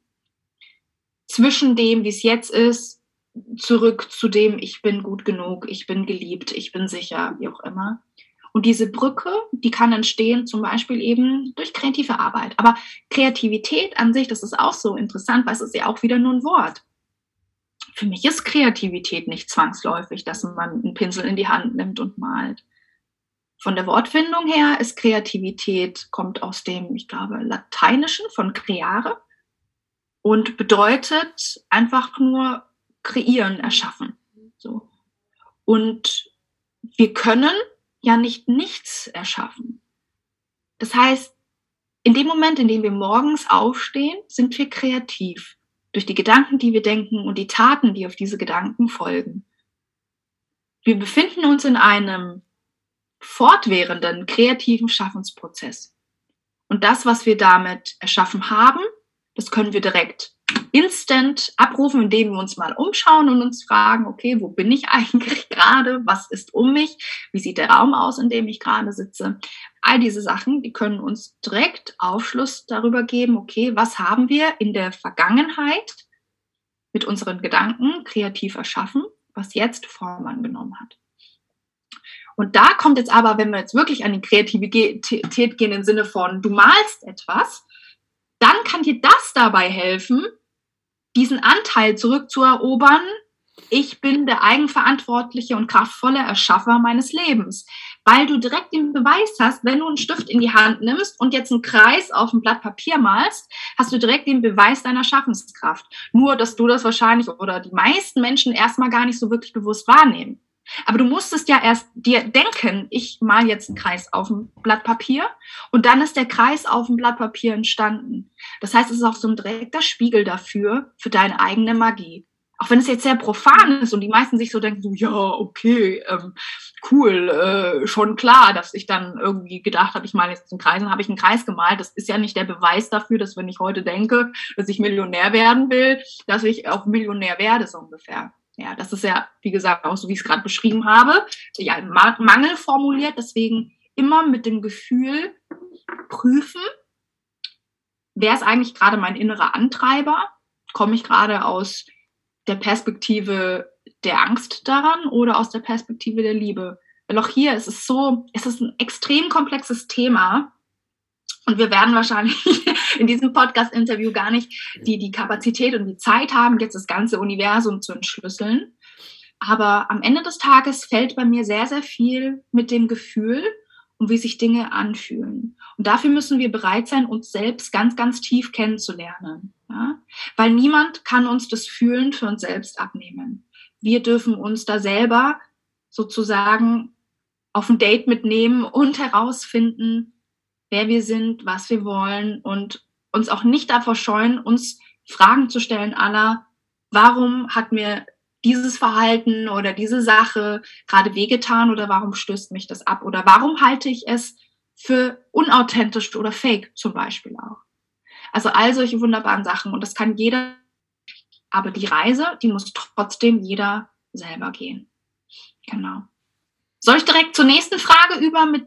Zwischen dem, wie es jetzt ist, zurück zu dem, ich bin gut genug, ich bin geliebt, ich bin sicher, wie auch immer. Und diese Brücke, die kann entstehen zum Beispiel eben durch kreative Arbeit. Aber Kreativität an sich, das ist auch so interessant, weil es ist ja auch wieder nur ein Wort. Für mich ist Kreativität nicht zwangsläufig, dass man einen Pinsel in die Hand nimmt und malt. Von der Wortfindung her ist Kreativität, kommt aus dem, ich glaube, Lateinischen von creare und bedeutet einfach nur kreieren, erschaffen. So. Und wir können ja nicht nichts erschaffen. Das heißt, in dem Moment, in dem wir morgens aufstehen, sind wir kreativ. Durch die Gedanken, die wir denken und die Taten, die auf diese Gedanken folgen. Wir befinden uns in einem fortwährenden kreativen Schaffensprozess. Und das, was wir damit erschaffen haben, das können wir direkt instant abrufen, indem wir uns mal umschauen und uns fragen, okay, wo bin ich eigentlich gerade? Was ist um mich? Wie sieht der Raum aus, in dem ich gerade sitze? All diese Sachen, die können uns direkt Aufschluss darüber geben, okay, was haben wir in der Vergangenheit mit unseren Gedanken kreativ erschaffen, was jetzt Form angenommen hat. Und da kommt jetzt aber, wenn wir jetzt wirklich an die Kreativität gehen im Sinne von, du malst etwas, dann kann dir das dabei helfen, diesen Anteil zurückzuerobern, ich bin der eigenverantwortliche und kraftvolle Erschaffer meines Lebens. Weil du direkt den Beweis hast, wenn du einen Stift in die Hand nimmst und jetzt einen Kreis auf ein Blatt Papier malst, hast du direkt den Beweis deiner Schaffenskraft. Nur, dass du das wahrscheinlich oder die meisten Menschen erstmal gar nicht so wirklich bewusst wahrnehmen. Aber du musstest ja erst dir denken, ich mal jetzt einen Kreis auf ein Blatt Papier und dann ist der Kreis auf dem Blatt Papier entstanden. Das heißt, es ist auch so ein direkter Spiegel dafür, für deine eigene Magie. Auch wenn es jetzt sehr profan ist und die meisten sich so denken, so, ja, okay, cool, schon klar, dass ich dann irgendwie gedacht habe, ich male jetzt einen Kreis und habe ich einen Kreis gemalt. Das ist ja nicht der Beweis dafür, dass wenn ich heute denke, dass ich Millionär werden will, dass ich auch Millionär werde, so ungefähr. Ja, das ist ja, wie gesagt, auch so, wie ich es gerade beschrieben habe, ja, Mangel formuliert. Deswegen immer mit dem Gefühl prüfen, wer ist eigentlich gerade mein innerer Antreiber? Komme ich gerade aus der Perspektive der Angst daran oder aus der Perspektive der Liebe? Weil auch hier ist es so, es ist ein extrem komplexes Thema. Und wir werden wahrscheinlich in diesem Podcast-Interview gar nicht die Kapazität und die Zeit haben, jetzt das ganze Universum zu entschlüsseln. Aber am Ende des Tages fällt bei mir sehr, sehr viel mit dem Gefühl und wie sich Dinge anfühlen. Und dafür müssen wir bereit sein, uns selbst ganz, ganz tief kennenzulernen. Ja? Weil niemand kann uns das Fühlen für uns selbst abnehmen. Wir dürfen uns da selber sozusagen auf ein Date mitnehmen und herausfinden, wer wir sind, was wir wollen und uns auch nicht davor scheuen, uns Fragen zu stellen aller, warum hat mir dieses Verhalten oder diese Sache gerade wehgetan oder warum stößt mich das ab oder warum halte ich es für unauthentisch oder fake zum Beispiel auch. Also all solche wunderbaren Sachen und das kann jeder, aber die Reise, die muss trotzdem jeder selber gehen. Genau. Soll ich direkt zur nächsten Frage über mit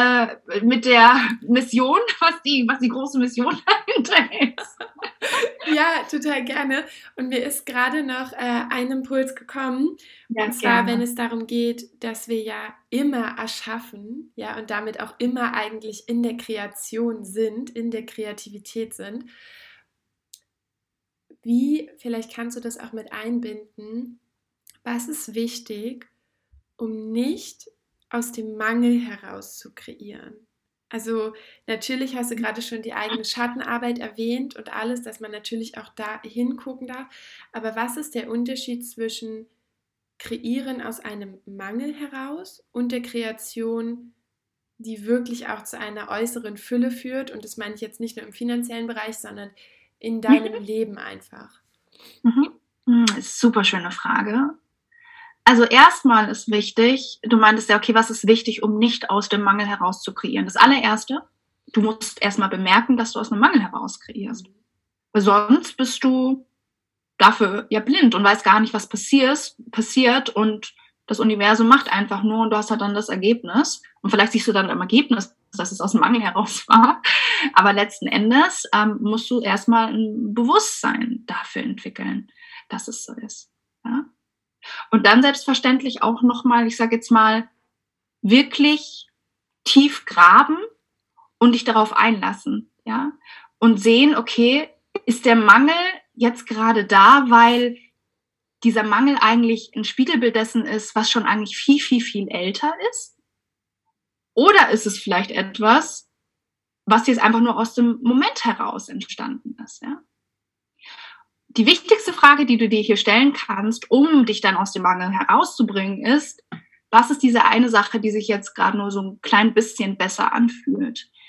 der Mission, was die große Mission dahinter ist? Ja, total gerne. Und mir ist gerade noch ein Impuls gekommen. Ja, und zwar, gerne. wenn es darum geht, dass wir ja immer erschaffen, ja, und damit auch immer eigentlich in der Kreation sind, in der Kreativität sind. Vielleicht kannst du das auch mit einbinden, was ist wichtig, um nicht aus dem Mangel heraus zu kreieren. Also natürlich hast du gerade schon die eigene Schattenarbeit erwähnt und alles, dass man natürlich auch da hingucken darf. Aber was ist der Unterschied zwischen Kreieren aus einem Mangel heraus und der Kreation, die wirklich auch zu einer äußeren Fülle führt? Und das meine ich jetzt nicht nur im finanziellen Bereich, sondern in deinem Leben einfach. Super schöne Frage. Also erstmal ist wichtig, du meintest ja, okay, was ist wichtig, um nicht aus dem Mangel heraus zu kreieren? Das allererste, du musst erstmal bemerken, dass du aus einem Mangel heraus kreierst. Weil sonst bist du dafür ja blind und weißt gar nicht, was passiert und das Universum macht einfach nur und du hast halt dann das Ergebnis. Und vielleicht siehst du dann im Ergebnis, dass es aus dem Mangel heraus war. Aber letzten Endes musst du erstmal ein Bewusstsein dafür entwickeln, dass es so ist. Ja? Und dann selbstverständlich auch nochmal, ich sage jetzt mal, wirklich tief graben und dich darauf einlassen, ja, und sehen, okay, ist der Mangel jetzt gerade da, weil dieser Mangel eigentlich ein Spiegelbild dessen ist, was schon eigentlich viel, viel, viel älter ist? Oder ist es vielleicht etwas, was jetzt einfach nur aus dem Moment heraus entstanden ist, ja? Die wichtigste Frage, die du dir hier stellen kannst, um dich dann aus dem Mangel herauszubringen, ist, was ist diese eine Sache, die sich jetzt gerade nur so ein klein bisschen besser anfühlt?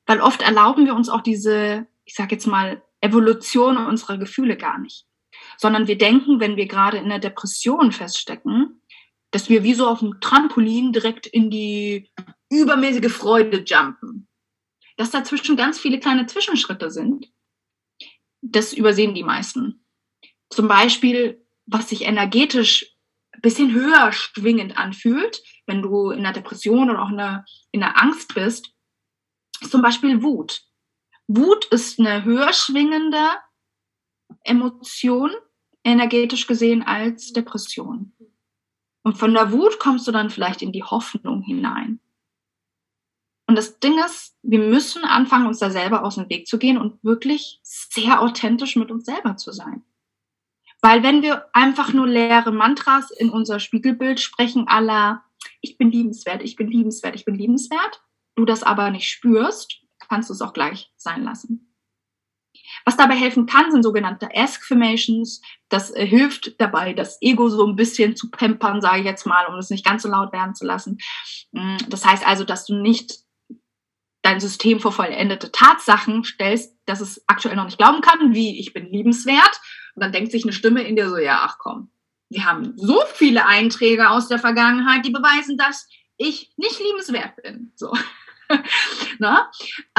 Weil oft erlauben wir uns auch diese, ich sage jetzt mal, Evolution unserer Gefühle gar nicht. Sondern wir denken, wenn wir gerade in der Depression feststecken, dass wir wie so auf dem Trampolin direkt in die übermäßige Freude jumpen. Dass dazwischen ganz viele kleine Zwischenschritte sind, das übersehen die meisten. Zum Beispiel, was sich energetisch ein bisschen höher schwingend anfühlt, wenn du in einer Depression oder auch in der Angst bist, ist zum Beispiel Wut. Wut ist eine höher schwingende Emotion, energetisch gesehen, als Depression. Und von der Wut kommst du dann vielleicht in die Hoffnung hinein. Und das Ding ist, wir müssen anfangen, uns da selber aus dem Weg zu gehen und wirklich sehr authentisch mit uns selber zu sein. Weil wenn wir einfach nur leere Mantras in unser Spiegelbild sprechen, à la, ich bin liebenswert, ich bin liebenswert, ich bin liebenswert, du das aber nicht spürst, kannst du es auch gleich sein lassen. Was dabei helfen kann, sind sogenannte Ask-Affirmations. Das hilft dabei, das Ego so ein bisschen zu pampern, sage ich jetzt mal, um es nicht ganz so laut werden zu lassen. Das heißt also, dass du nicht dein System vor vollendete Tatsachen stellst, dass es aktuell noch nicht glauben kann, wie ich bin liebenswert. Und dann denkt sich eine Stimme in dir so, ja, ach komm, wir haben so viele Einträge aus der Vergangenheit, die beweisen, dass ich nicht liebenswert bin. So. Na?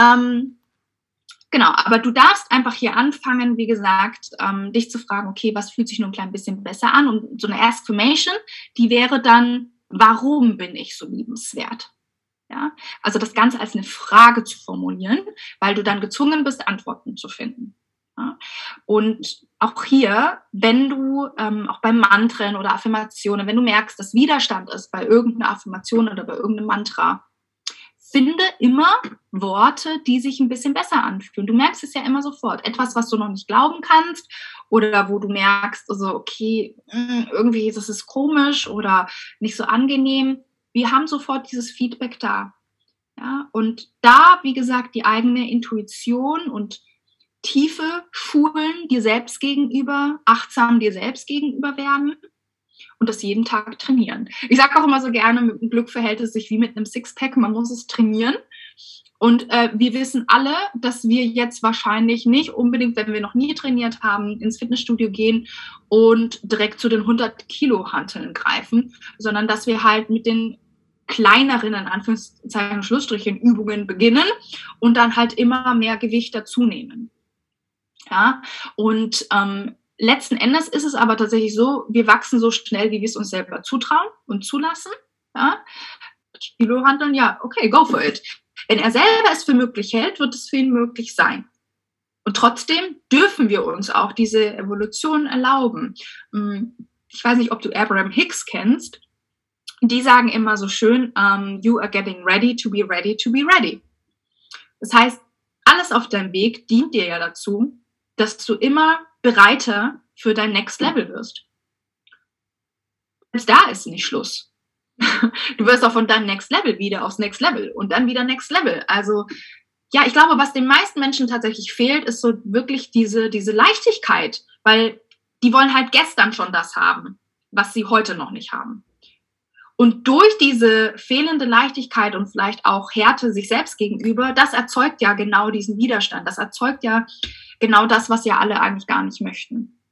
Genau, aber du darfst einfach hier anfangen, wie gesagt, dich zu fragen, okay, was fühlt sich nur ein klein bisschen besser an? Und so eine Ask-Affirmation, die wäre dann, warum bin ich so liebenswert? Ja, also das Ganze als eine Frage zu formulieren, weil du dann gezwungen bist, Antworten zu finden. Ja? Und auch hier, wenn du auch beim Mantren oder Affirmationen, wenn du merkst, dass Widerstand ist bei irgendeiner Affirmation oder bei irgendeinem Mantra, finde immer Worte, die sich ein bisschen besser anfühlen. Du merkst es ja immer sofort. Etwas, was du noch nicht glauben kannst oder wo du merkst, also okay, irgendwie das ist komisch oder nicht so angenehm. Wir haben sofort dieses Feedback da. Ja? Und da, wie gesagt, die eigene Intuition und Tiefe schulen, dir selbst gegenüber, achtsam dir selbst gegenüber werden und das jeden Tag trainieren. Ich sage auch immer so gerne, mit dem Glück verhält es sich wie mit einem Sixpack, man muss es trainieren. Und wir wissen alle, dass wir jetzt wahrscheinlich nicht unbedingt, wenn wir noch nie trainiert haben, ins Fitnessstudio gehen und direkt zu den 100 Kilo Hanteln greifen, sondern dass wir halt mit den kleineren, in Anführungszeichen, Schlussstrichen, Übungen beginnen und dann halt immer mehr Gewicht dazu nehmen. Ja, und letzten Endes ist es aber tatsächlich so, wir wachsen so schnell, wie wir es uns selber zutrauen und zulassen. Ja, Kilohandeln, ja, okay, go for it. Wenn er selber es für möglich hält, wird es für ihn möglich sein. Und trotzdem dürfen wir uns auch diese Evolution erlauben. Ich weiß nicht, ob du Abraham Hicks kennst. Die sagen immer so schön, you are getting ready to be ready to be ready. Das heißt, alles auf deinem Weg dient dir ja dazu, dass du immer bereiter für dein Next Level wirst. Bis da ist nicht Schluss. Du wirst auch von deinem Next Level wieder aufs Next Level und dann wieder Next Level. Also ja, ich glaube, was den meisten Menschen tatsächlich fehlt, ist so wirklich diese Leichtigkeit, weil die wollen halt gestern schon das haben, was sie heute noch nicht haben. Und durch diese fehlende Leichtigkeit und vielleicht auch Härte sich selbst gegenüber, das erzeugt ja genau diesen Widerstand. Das erzeugt ja genau das, was ja alle eigentlich gar nicht möchten.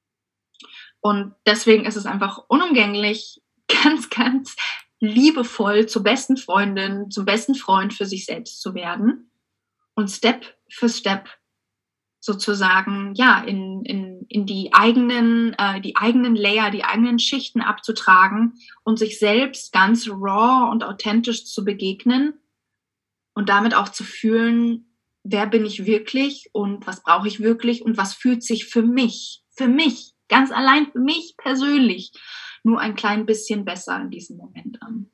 Und deswegen ist es einfach unumgänglich, ganz, ganz liebevoll zur besten Freundin, zum besten Freund für sich selbst zu werden und Step für Step sozusagen ja in die eigenen Layer, die eigenen Schichten abzutragen und sich selbst ganz raw und authentisch zu begegnen und damit auch zu fühlen, wer bin ich wirklich und was brauche ich wirklich und was fühlt sich für mich, ganz allein für mich persönlich nur ein klein bisschen besser in diesem Moment an.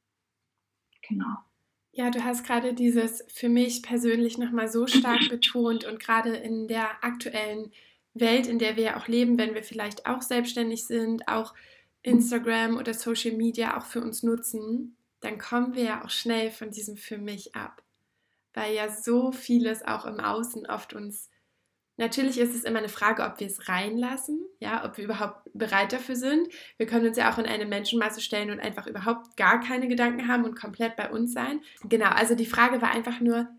Genau. Ja, du hast gerade dieses für mich persönlich nochmal so stark betont und gerade in der aktuellen Welt, in der wir ja auch leben, wenn wir vielleicht auch selbstständig sind, auch Instagram oder Social Media auch für uns nutzen, dann kommen wir ja auch schnell von diesem für mich ab, weil ja so vieles auch im Außen oft uns, natürlich ist es immer eine Frage, ob wir es reinlassen, ja, ob wir überhaupt bereit dafür sind. Wir können uns ja auch in eine Menschenmasse stellen und einfach überhaupt gar keine Gedanken haben und komplett bei uns sein. Genau, also die Frage war einfach nur,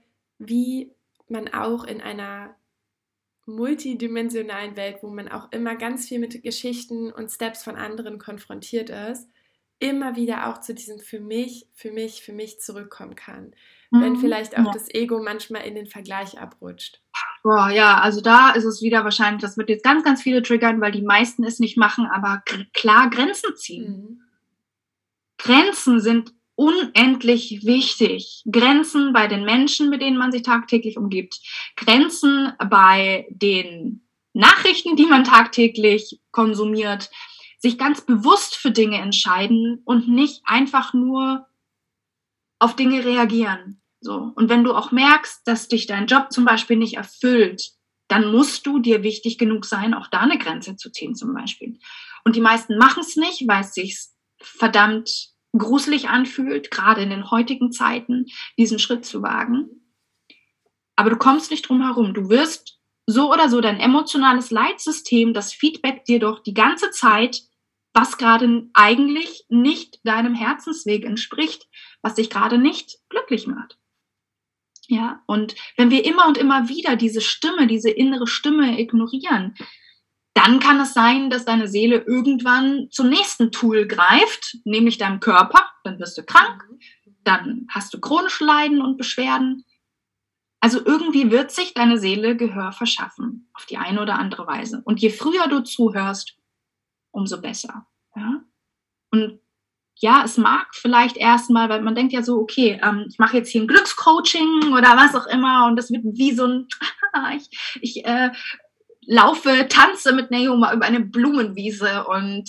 wie man auch in einer multidimensionalen Welt, wo man auch immer ganz viel mit Geschichten und Steps von anderen konfrontiert ist, immer wieder auch zu diesem für mich zurückkommen kann. Wenn vielleicht auch das Ego manchmal in den Vergleich abrutscht. Boah, ja, also da ist es wieder wahrscheinlich, das wird jetzt ganz, ganz viele triggern, weil die meisten es nicht machen, aber klar Grenzen ziehen. Grenzen sind unendlich wichtig. Grenzen bei den Menschen, mit denen man sich tagtäglich umgibt. Grenzen bei den Nachrichten, die man tagtäglich konsumiert. Sich ganz bewusst für Dinge entscheiden und nicht einfach nur auf Dinge reagieren. So. Und wenn du auch merkst, dass dich dein Job zum Beispiel nicht erfüllt, dann musst du dir wichtig genug sein, auch da eine Grenze zu ziehen zum Beispiel. Und die meisten machen es nicht, weil es sich verdammt gruselig anfühlt, gerade in den heutigen Zeiten, diesen Schritt zu wagen. Aber du kommst nicht drum herum. Du wirst so oder so dein emotionales Leitsystem, das Feedback dir doch die ganze Zeit, was gerade eigentlich nicht deinem Herzensweg entspricht, was dich gerade nicht glücklich macht. Ja, und wenn wir immer und immer wieder diese Stimme, diese innere Stimme ignorieren, dann kann es sein, dass deine Seele irgendwann zum nächsten Tool greift, nämlich deinem Körper. Dann wirst du krank, dann hast du chronische Leiden und Beschwerden. Also irgendwie wird sich deine Seele Gehör verschaffen, auf die eine oder andere Weise. Und je früher du zuhörst, umso besser. Ja? Und ja, es mag vielleicht erstmal, weil man denkt ja so, okay, ich mache jetzt hier ein Glückscoaching oder was auch immer und das wird wie so ein, ich laufe, tanze mit Naoma über eine Blumenwiese und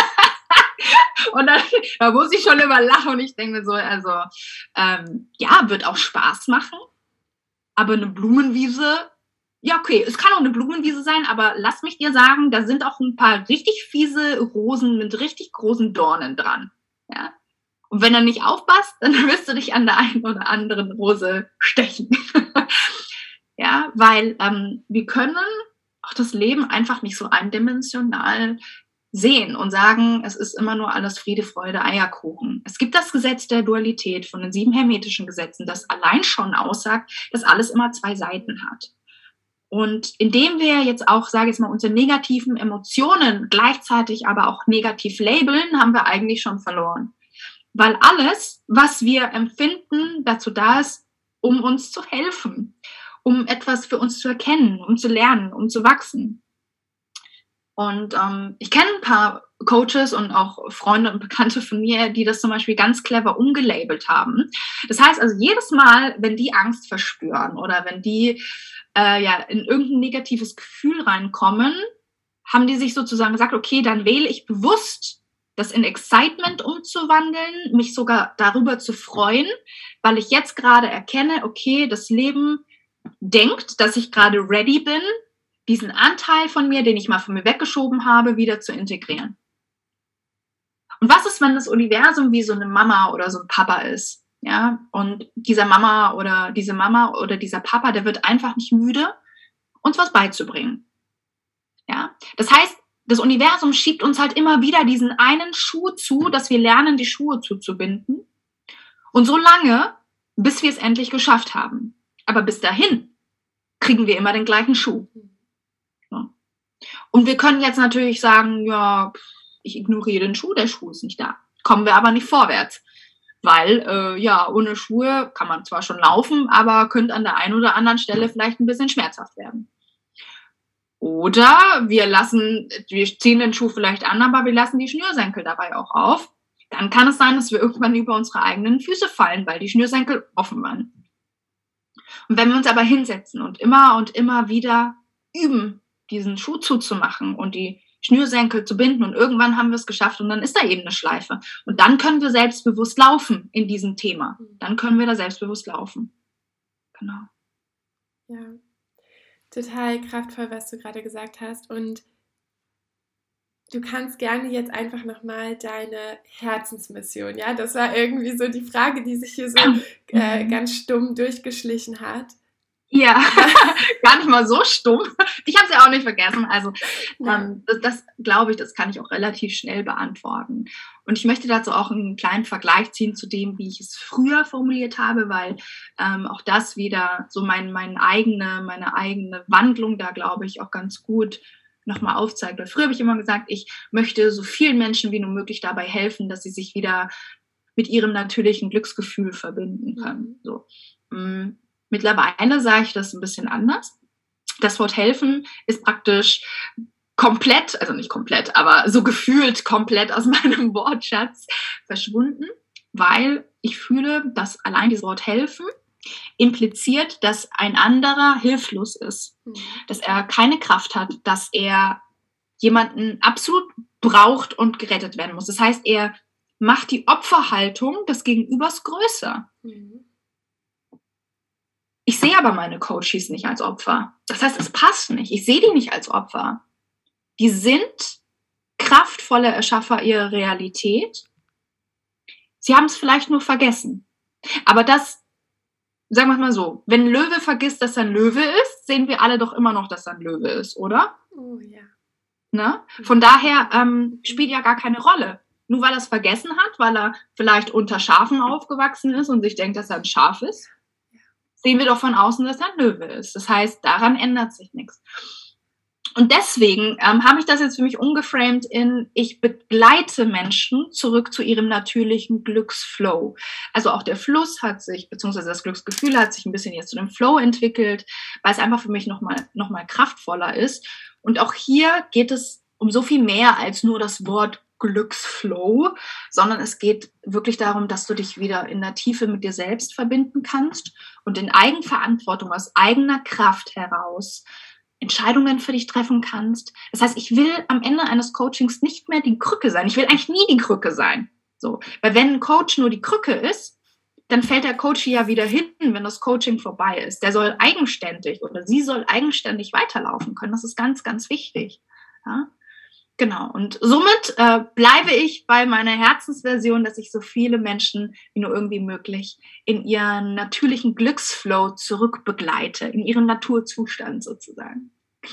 und dann, da muss ich schon überlachen und ich denke mir so, also ja, wird auch Spaß machen, aber eine Blumenwiese, ja okay, es kann auch eine Blumenwiese sein, aber lass mich dir sagen, da sind auch ein paar richtig fiese Rosen mit richtig großen Dornen dran. Ja? Und wenn du nicht aufpasst, dann wirst du dich an der einen oder anderen Rose stechen. Ja, weil wir können auch das Leben einfach nicht so eindimensional sehen und sagen, es ist immer nur alles Friede, Freude, Eierkuchen. Es gibt das Gesetz der Dualität von den 7 hermetischen Gesetzen, das allein schon aussagt, dass alles immer 2 Seiten hat. Und indem wir jetzt auch, sage ich mal, unsere negativen Emotionen gleichzeitig aber auch negativ labeln, haben wir eigentlich schon verloren. Weil alles, was wir empfinden, dazu da ist, um uns zu helfen, um etwas für uns zu erkennen, um zu lernen, um zu wachsen. Und ich kenne ein paar Coaches und auch Freunde und Bekannte von mir, die das zum Beispiel ganz clever umgelabelt haben. Das heißt also, jedes Mal, wenn die Angst verspüren oder wenn die in irgendein negatives Gefühl reinkommen, haben die sich sozusagen gesagt, okay, dann wähle ich bewusst, das in Excitement umzuwandeln, mich sogar darüber zu freuen, weil ich jetzt gerade erkenne, okay, das Leben denkt, dass ich gerade ready bin, diesen Anteil von mir, den ich mal von mir weggeschoben habe, wieder zu integrieren. Und was ist, wenn das Universum wie so eine Mama oder so ein Papa ist? Ja, und dieser Mama oder dieser Papa, der wird einfach nicht müde, uns was beizubringen. Ja, das heißt, das Universum schiebt uns halt immer wieder diesen einen Schuh zu, dass wir lernen, die Schuhe zuzubinden. Und so lange, bis wir es endlich geschafft haben. Aber bis dahin kriegen wir immer den gleichen Schuh. Ja. Und wir können jetzt natürlich sagen, ja, ich ignoriere den Schuh, der Schuh ist nicht da. Kommen wir aber nicht vorwärts. Weil, ohne Schuhe kann man zwar schon laufen, aber könnte an der einen oder anderen Stelle vielleicht ein bisschen schmerzhaft werden. Oder wir ziehen den Schuh vielleicht an, aber wir lassen die Schnürsenkel dabei auch auf. Dann kann es sein, dass wir irgendwann über unsere eigenen Füße fallen, weil die Schnürsenkel offen waren. Und wenn wir uns aber hinsetzen und immer wieder üben, diesen Schuh zuzumachen und die Schnürsenkel zu binden und irgendwann haben wir es geschafft und dann ist da eben eine Schleife. Und dann können wir selbstbewusst laufen in diesem Thema. Dann können wir da selbstbewusst laufen. Genau. Ja, total kraftvoll, was du gerade gesagt hast. Und du kannst gerne jetzt einfach nochmal deine Herzensmission, ja, das war irgendwie so die Frage, die sich hier so ganz stumm durchgeschlichen hat. Ja, gar nicht mal so stumm. Ich habe es ja auch nicht vergessen. Also das glaube ich, das kann ich auch relativ schnell beantworten. Und ich möchte dazu auch einen kleinen Vergleich ziehen zu dem, wie ich es früher formuliert habe, weil auch das wieder so meine eigene Wandlung da, glaube ich, auch ganz gut nochmal aufzeigt. Weil früher habe ich immer gesagt, ich möchte so vielen Menschen wie nur möglich dabei helfen, dass sie sich wieder mit ihrem natürlichen Glücksgefühl verbinden können. So. Mittlerweile sage ich das ein bisschen anders. Das Wort helfen ist praktisch komplett, also nicht komplett, aber so gefühlt komplett aus meinem Wortschatz verschwunden, weil ich fühle, dass allein dieses Wort helfen impliziert, dass ein anderer hilflos ist, dass er keine Kraft hat, dass er jemanden absolut braucht und gerettet werden muss. Das heißt, er macht die Opferhaltung des Gegenübers größer. Ich sehe aber meine Coaches nicht als Opfer. Das heißt, es passt nicht. Ich sehe die nicht als Opfer. Die sind kraftvolle Erschaffer ihrer Realität. Sie haben es vielleicht nur vergessen. Aber das, sagen wir es mal so, wenn ein Löwe vergisst, dass er ein Löwe ist, sehen wir alle doch immer noch, dass er ein Löwe ist, oder? Oh ja. Ne? Von daher spielt ja gar keine Rolle. Nur weil er es vergessen hat, weil er vielleicht unter Schafen aufgewachsen ist und sich denkt, dass er ein Schaf ist, sehen wir doch von außen, dass er ein Löwe ist. Das heißt, daran ändert sich nichts. Und deswegen habe ich das jetzt für mich umgeframed in, ich begleite Menschen zurück zu ihrem natürlichen Glücksflow. Also auch der Fluss hat sich, beziehungsweise das Glücksgefühl hat sich ein bisschen jetzt zu dem Flow entwickelt, weil es einfach für mich noch mal kraftvoller ist. Und auch hier geht es um so viel mehr als nur das Wort Glücksflow, sondern es geht wirklich darum, dass du dich wieder in der Tiefe mit dir selbst verbinden kannst und in Eigenverantwortung aus eigener Kraft heraus Entscheidungen für dich treffen kannst. Das heißt, ich will am Ende eines Coachings nicht mehr die Krücke sein. Ich will eigentlich nie die Krücke sein. So, weil wenn ein Coach nur die Krücke ist, dann fällt der Coach ja wieder hin, wenn das Coaching vorbei ist. Der soll eigenständig oder sie soll eigenständig weiterlaufen können. Das ist ganz, ganz wichtig. Ja? Genau, und somit bleibe ich bei meiner Herzensversion, dass ich so viele Menschen wie nur irgendwie möglich in ihren natürlichen Glücksflow zurückbegleite, in ihren Naturzustand sozusagen.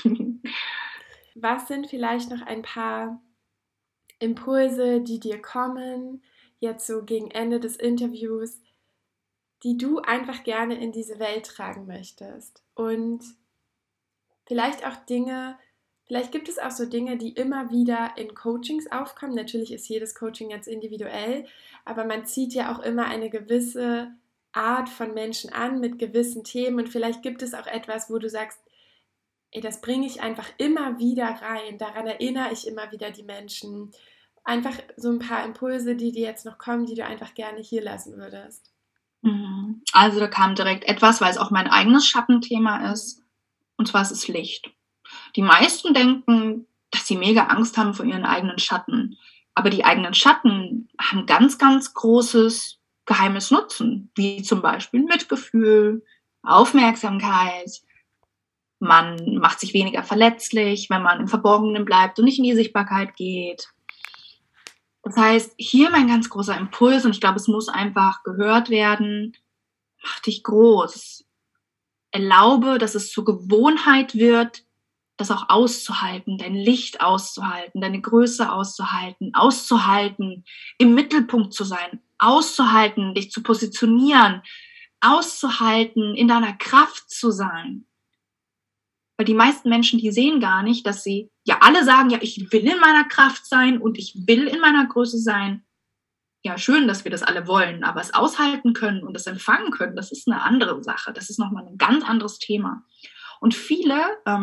Was sind vielleicht noch ein paar Impulse, die dir kommen, jetzt so gegen Ende des Interviews, die du einfach gerne in diese Welt tragen möchtest? Und vielleicht auch Dinge, vielleicht gibt es auch so Dinge, die immer wieder in Coachings aufkommen. Natürlich ist jedes Coaching jetzt individuell, aber man zieht ja auch immer eine gewisse Art von Menschen an mit gewissen Themen und vielleicht gibt es auch etwas, wo du sagst, ey, das bringe ich einfach immer wieder rein, daran erinnere ich immer wieder die Menschen. Einfach so ein paar Impulse, die dir jetzt noch kommen, die du einfach gerne hier lassen würdest. Also da kam direkt etwas, weil es auch mein eigenes Schattenthema ist, und zwar ist es Licht. Die meisten denken, dass sie mega Angst haben vor ihren eigenen Schatten. Aber die eigenen Schatten haben ganz, ganz großes geheimes Nutzen, wie zum Beispiel Mitgefühl, Aufmerksamkeit. Man macht sich weniger verletzlich, wenn man im Verborgenen bleibt und nicht in die Sichtbarkeit geht. Das heißt, hier mein ganz großer Impuls, und ich glaube, es muss einfach gehört werden, mach dich groß. Erlaube, dass es zur Gewohnheit wird, das auch auszuhalten, dein Licht auszuhalten, deine Größe auszuhalten, im Mittelpunkt zu sein, auszuhalten, dich zu positionieren, auszuhalten, in deiner Kraft zu sein. Weil die meisten Menschen, die sehen gar nicht, dass sie, ja alle sagen, ja, ich will in meiner Kraft sein und ich will in meiner Größe sein. Ja, schön, dass wir das alle wollen, aber es aushalten können und es empfangen können, das ist eine andere Sache. Das ist nochmal ein ganz anderes Thema. Und viele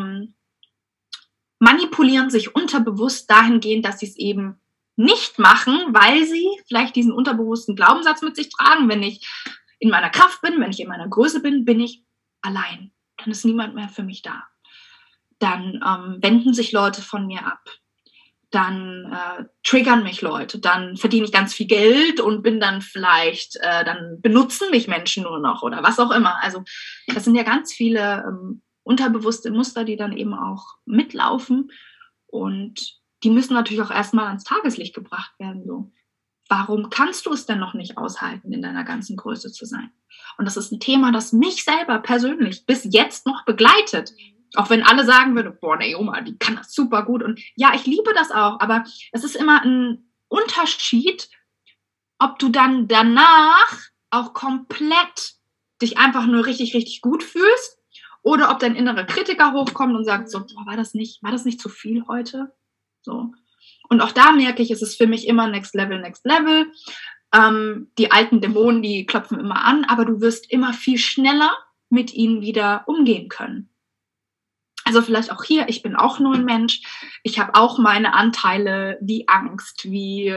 manipulieren sich unterbewusst dahingehend, dass sie es eben nicht machen, weil sie vielleicht diesen unterbewussten Glaubenssatz mit sich tragen, wenn ich in meiner Kraft bin, wenn ich in meiner Größe bin, bin ich allein. Dann ist niemand mehr für mich da. Dann wenden sich Leute von mir ab. Dann triggern mich Leute. Dann verdiene ich ganz viel Geld und bin dann vielleicht, dann benutzen mich Menschen nur noch oder was auch immer. Also das sind ja ganz viele unterbewusste Muster, die dann eben auch mitlaufen und die müssen natürlich auch erstmal ans Tageslicht gebracht werden. So. warum kannst du es denn noch nicht aushalten, in deiner ganzen Größe zu sein? Und das ist ein Thema, das mich selber persönlich bis jetzt noch begleitet. Auch wenn alle sagen würden, boah, Naoma, die kann das super gut. Und ja, ich liebe das auch, aber es ist immer ein Unterschied, ob du dann danach auch komplett dich einfach nur richtig, richtig gut fühlst oder ob dein innerer Kritiker hochkommt und sagt so, boah, war das nicht zu viel heute? So. Und auch da merke ich, es ist für mich immer next level, next level. Die alten Dämonen, die klopfen immer an, aber du wirst immer viel schneller mit ihnen wieder umgehen können. Also vielleicht auch hier, ich bin auch nur ein Mensch. Ich habe auch meine Anteile wie Angst, wie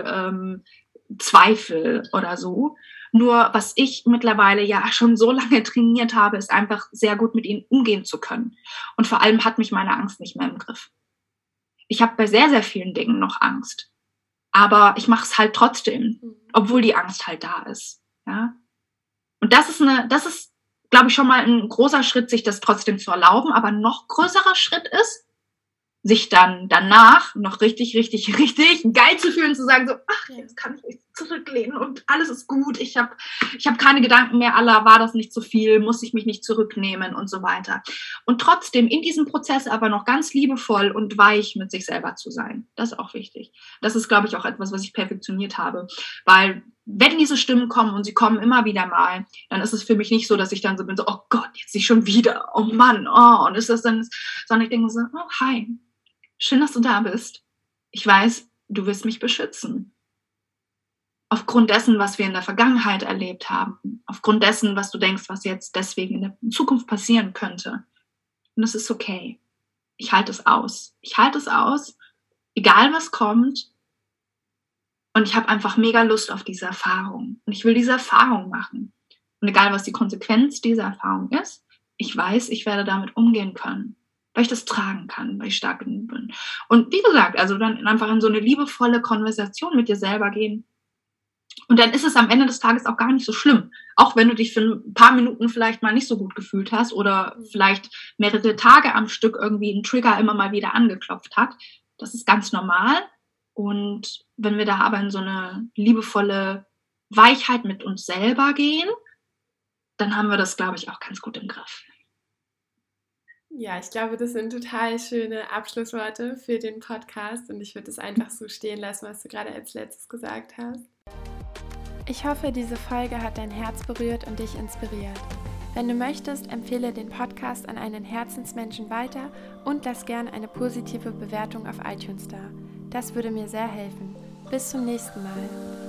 Zweifel oder so. Nur was ich mittlerweile ja schon so lange trainiert habe, ist einfach sehr gut mit ihnen umgehen zu können. Und vor allem hat mich meine Angst nicht mehr im Griff. Ich habe bei sehr, sehr vielen Dingen noch Angst. Aber ich mache es halt trotzdem, obwohl die Angst halt da ist. Ja? Und das ist, glaube ich, schon mal ein großer Schritt, sich das trotzdem zu erlauben. Aber ein noch größerer Schritt ist, sich dann danach noch richtig, richtig, richtig geil zu fühlen, zu sagen so, ach, jetzt kann ich mich zurücklehnen und alles ist gut, ich hab keine Gedanken mehr, Allah, war das nicht zu viel, muss ich mich nicht zurücknehmen und so weiter. Und trotzdem in diesem Prozess aber noch ganz liebevoll und weich mit sich selber zu sein. Das ist auch wichtig. Das ist, glaube ich, auch etwas, was ich perfektioniert habe, weil wenn diese Stimmen kommen und sie kommen immer wieder mal, dann ist es für mich nicht so, dass ich dann so bin, so, oh Gott, jetzt nicht schon wieder, oh Mann, oh, und ist das dann, sondern ich denke so, oh, hi, schön, dass du da bist. Ich weiß, du wirst mich beschützen. Aufgrund dessen, was wir in der Vergangenheit erlebt haben. Aufgrund dessen, was du denkst, was jetzt deswegen in der Zukunft passieren könnte. Und es ist okay. Ich halte es aus. Ich halte es aus, egal was kommt. Und ich habe einfach mega Lust auf diese Erfahrung. Und ich will diese Erfahrung machen. Und egal, was die Konsequenz dieser Erfahrung ist, ich weiß, ich werde damit umgehen können. Weil ich das tragen kann, weil ich stark genug bin. Und wie gesagt, also dann einfach in so eine liebevolle Konversation mit dir selber gehen. Und dann ist es am Ende des Tages auch gar nicht so schlimm. Auch wenn du dich für ein paar Minuten vielleicht mal nicht so gut gefühlt hast oder vielleicht mehrere Tage am Stück irgendwie ein Trigger immer mal wieder angeklopft hat. Das ist ganz normal. Und wenn wir da aber in so eine liebevolle Weichheit mit uns selber gehen, dann haben wir das, glaube ich, auch ganz gut im Griff. Ja, ich glaube, das sind total schöne Abschlussworte für den Podcast und ich würde es einfach so stehen lassen, was du gerade als letztes gesagt hast. Ich hoffe, diese Folge hat dein Herz berührt und dich inspiriert. Wenn du möchtest, empfehle den Podcast an einen Herzensmenschen weiter und lass gerne eine positive Bewertung auf iTunes da. Das würde mir sehr helfen. Bis zum nächsten Mal.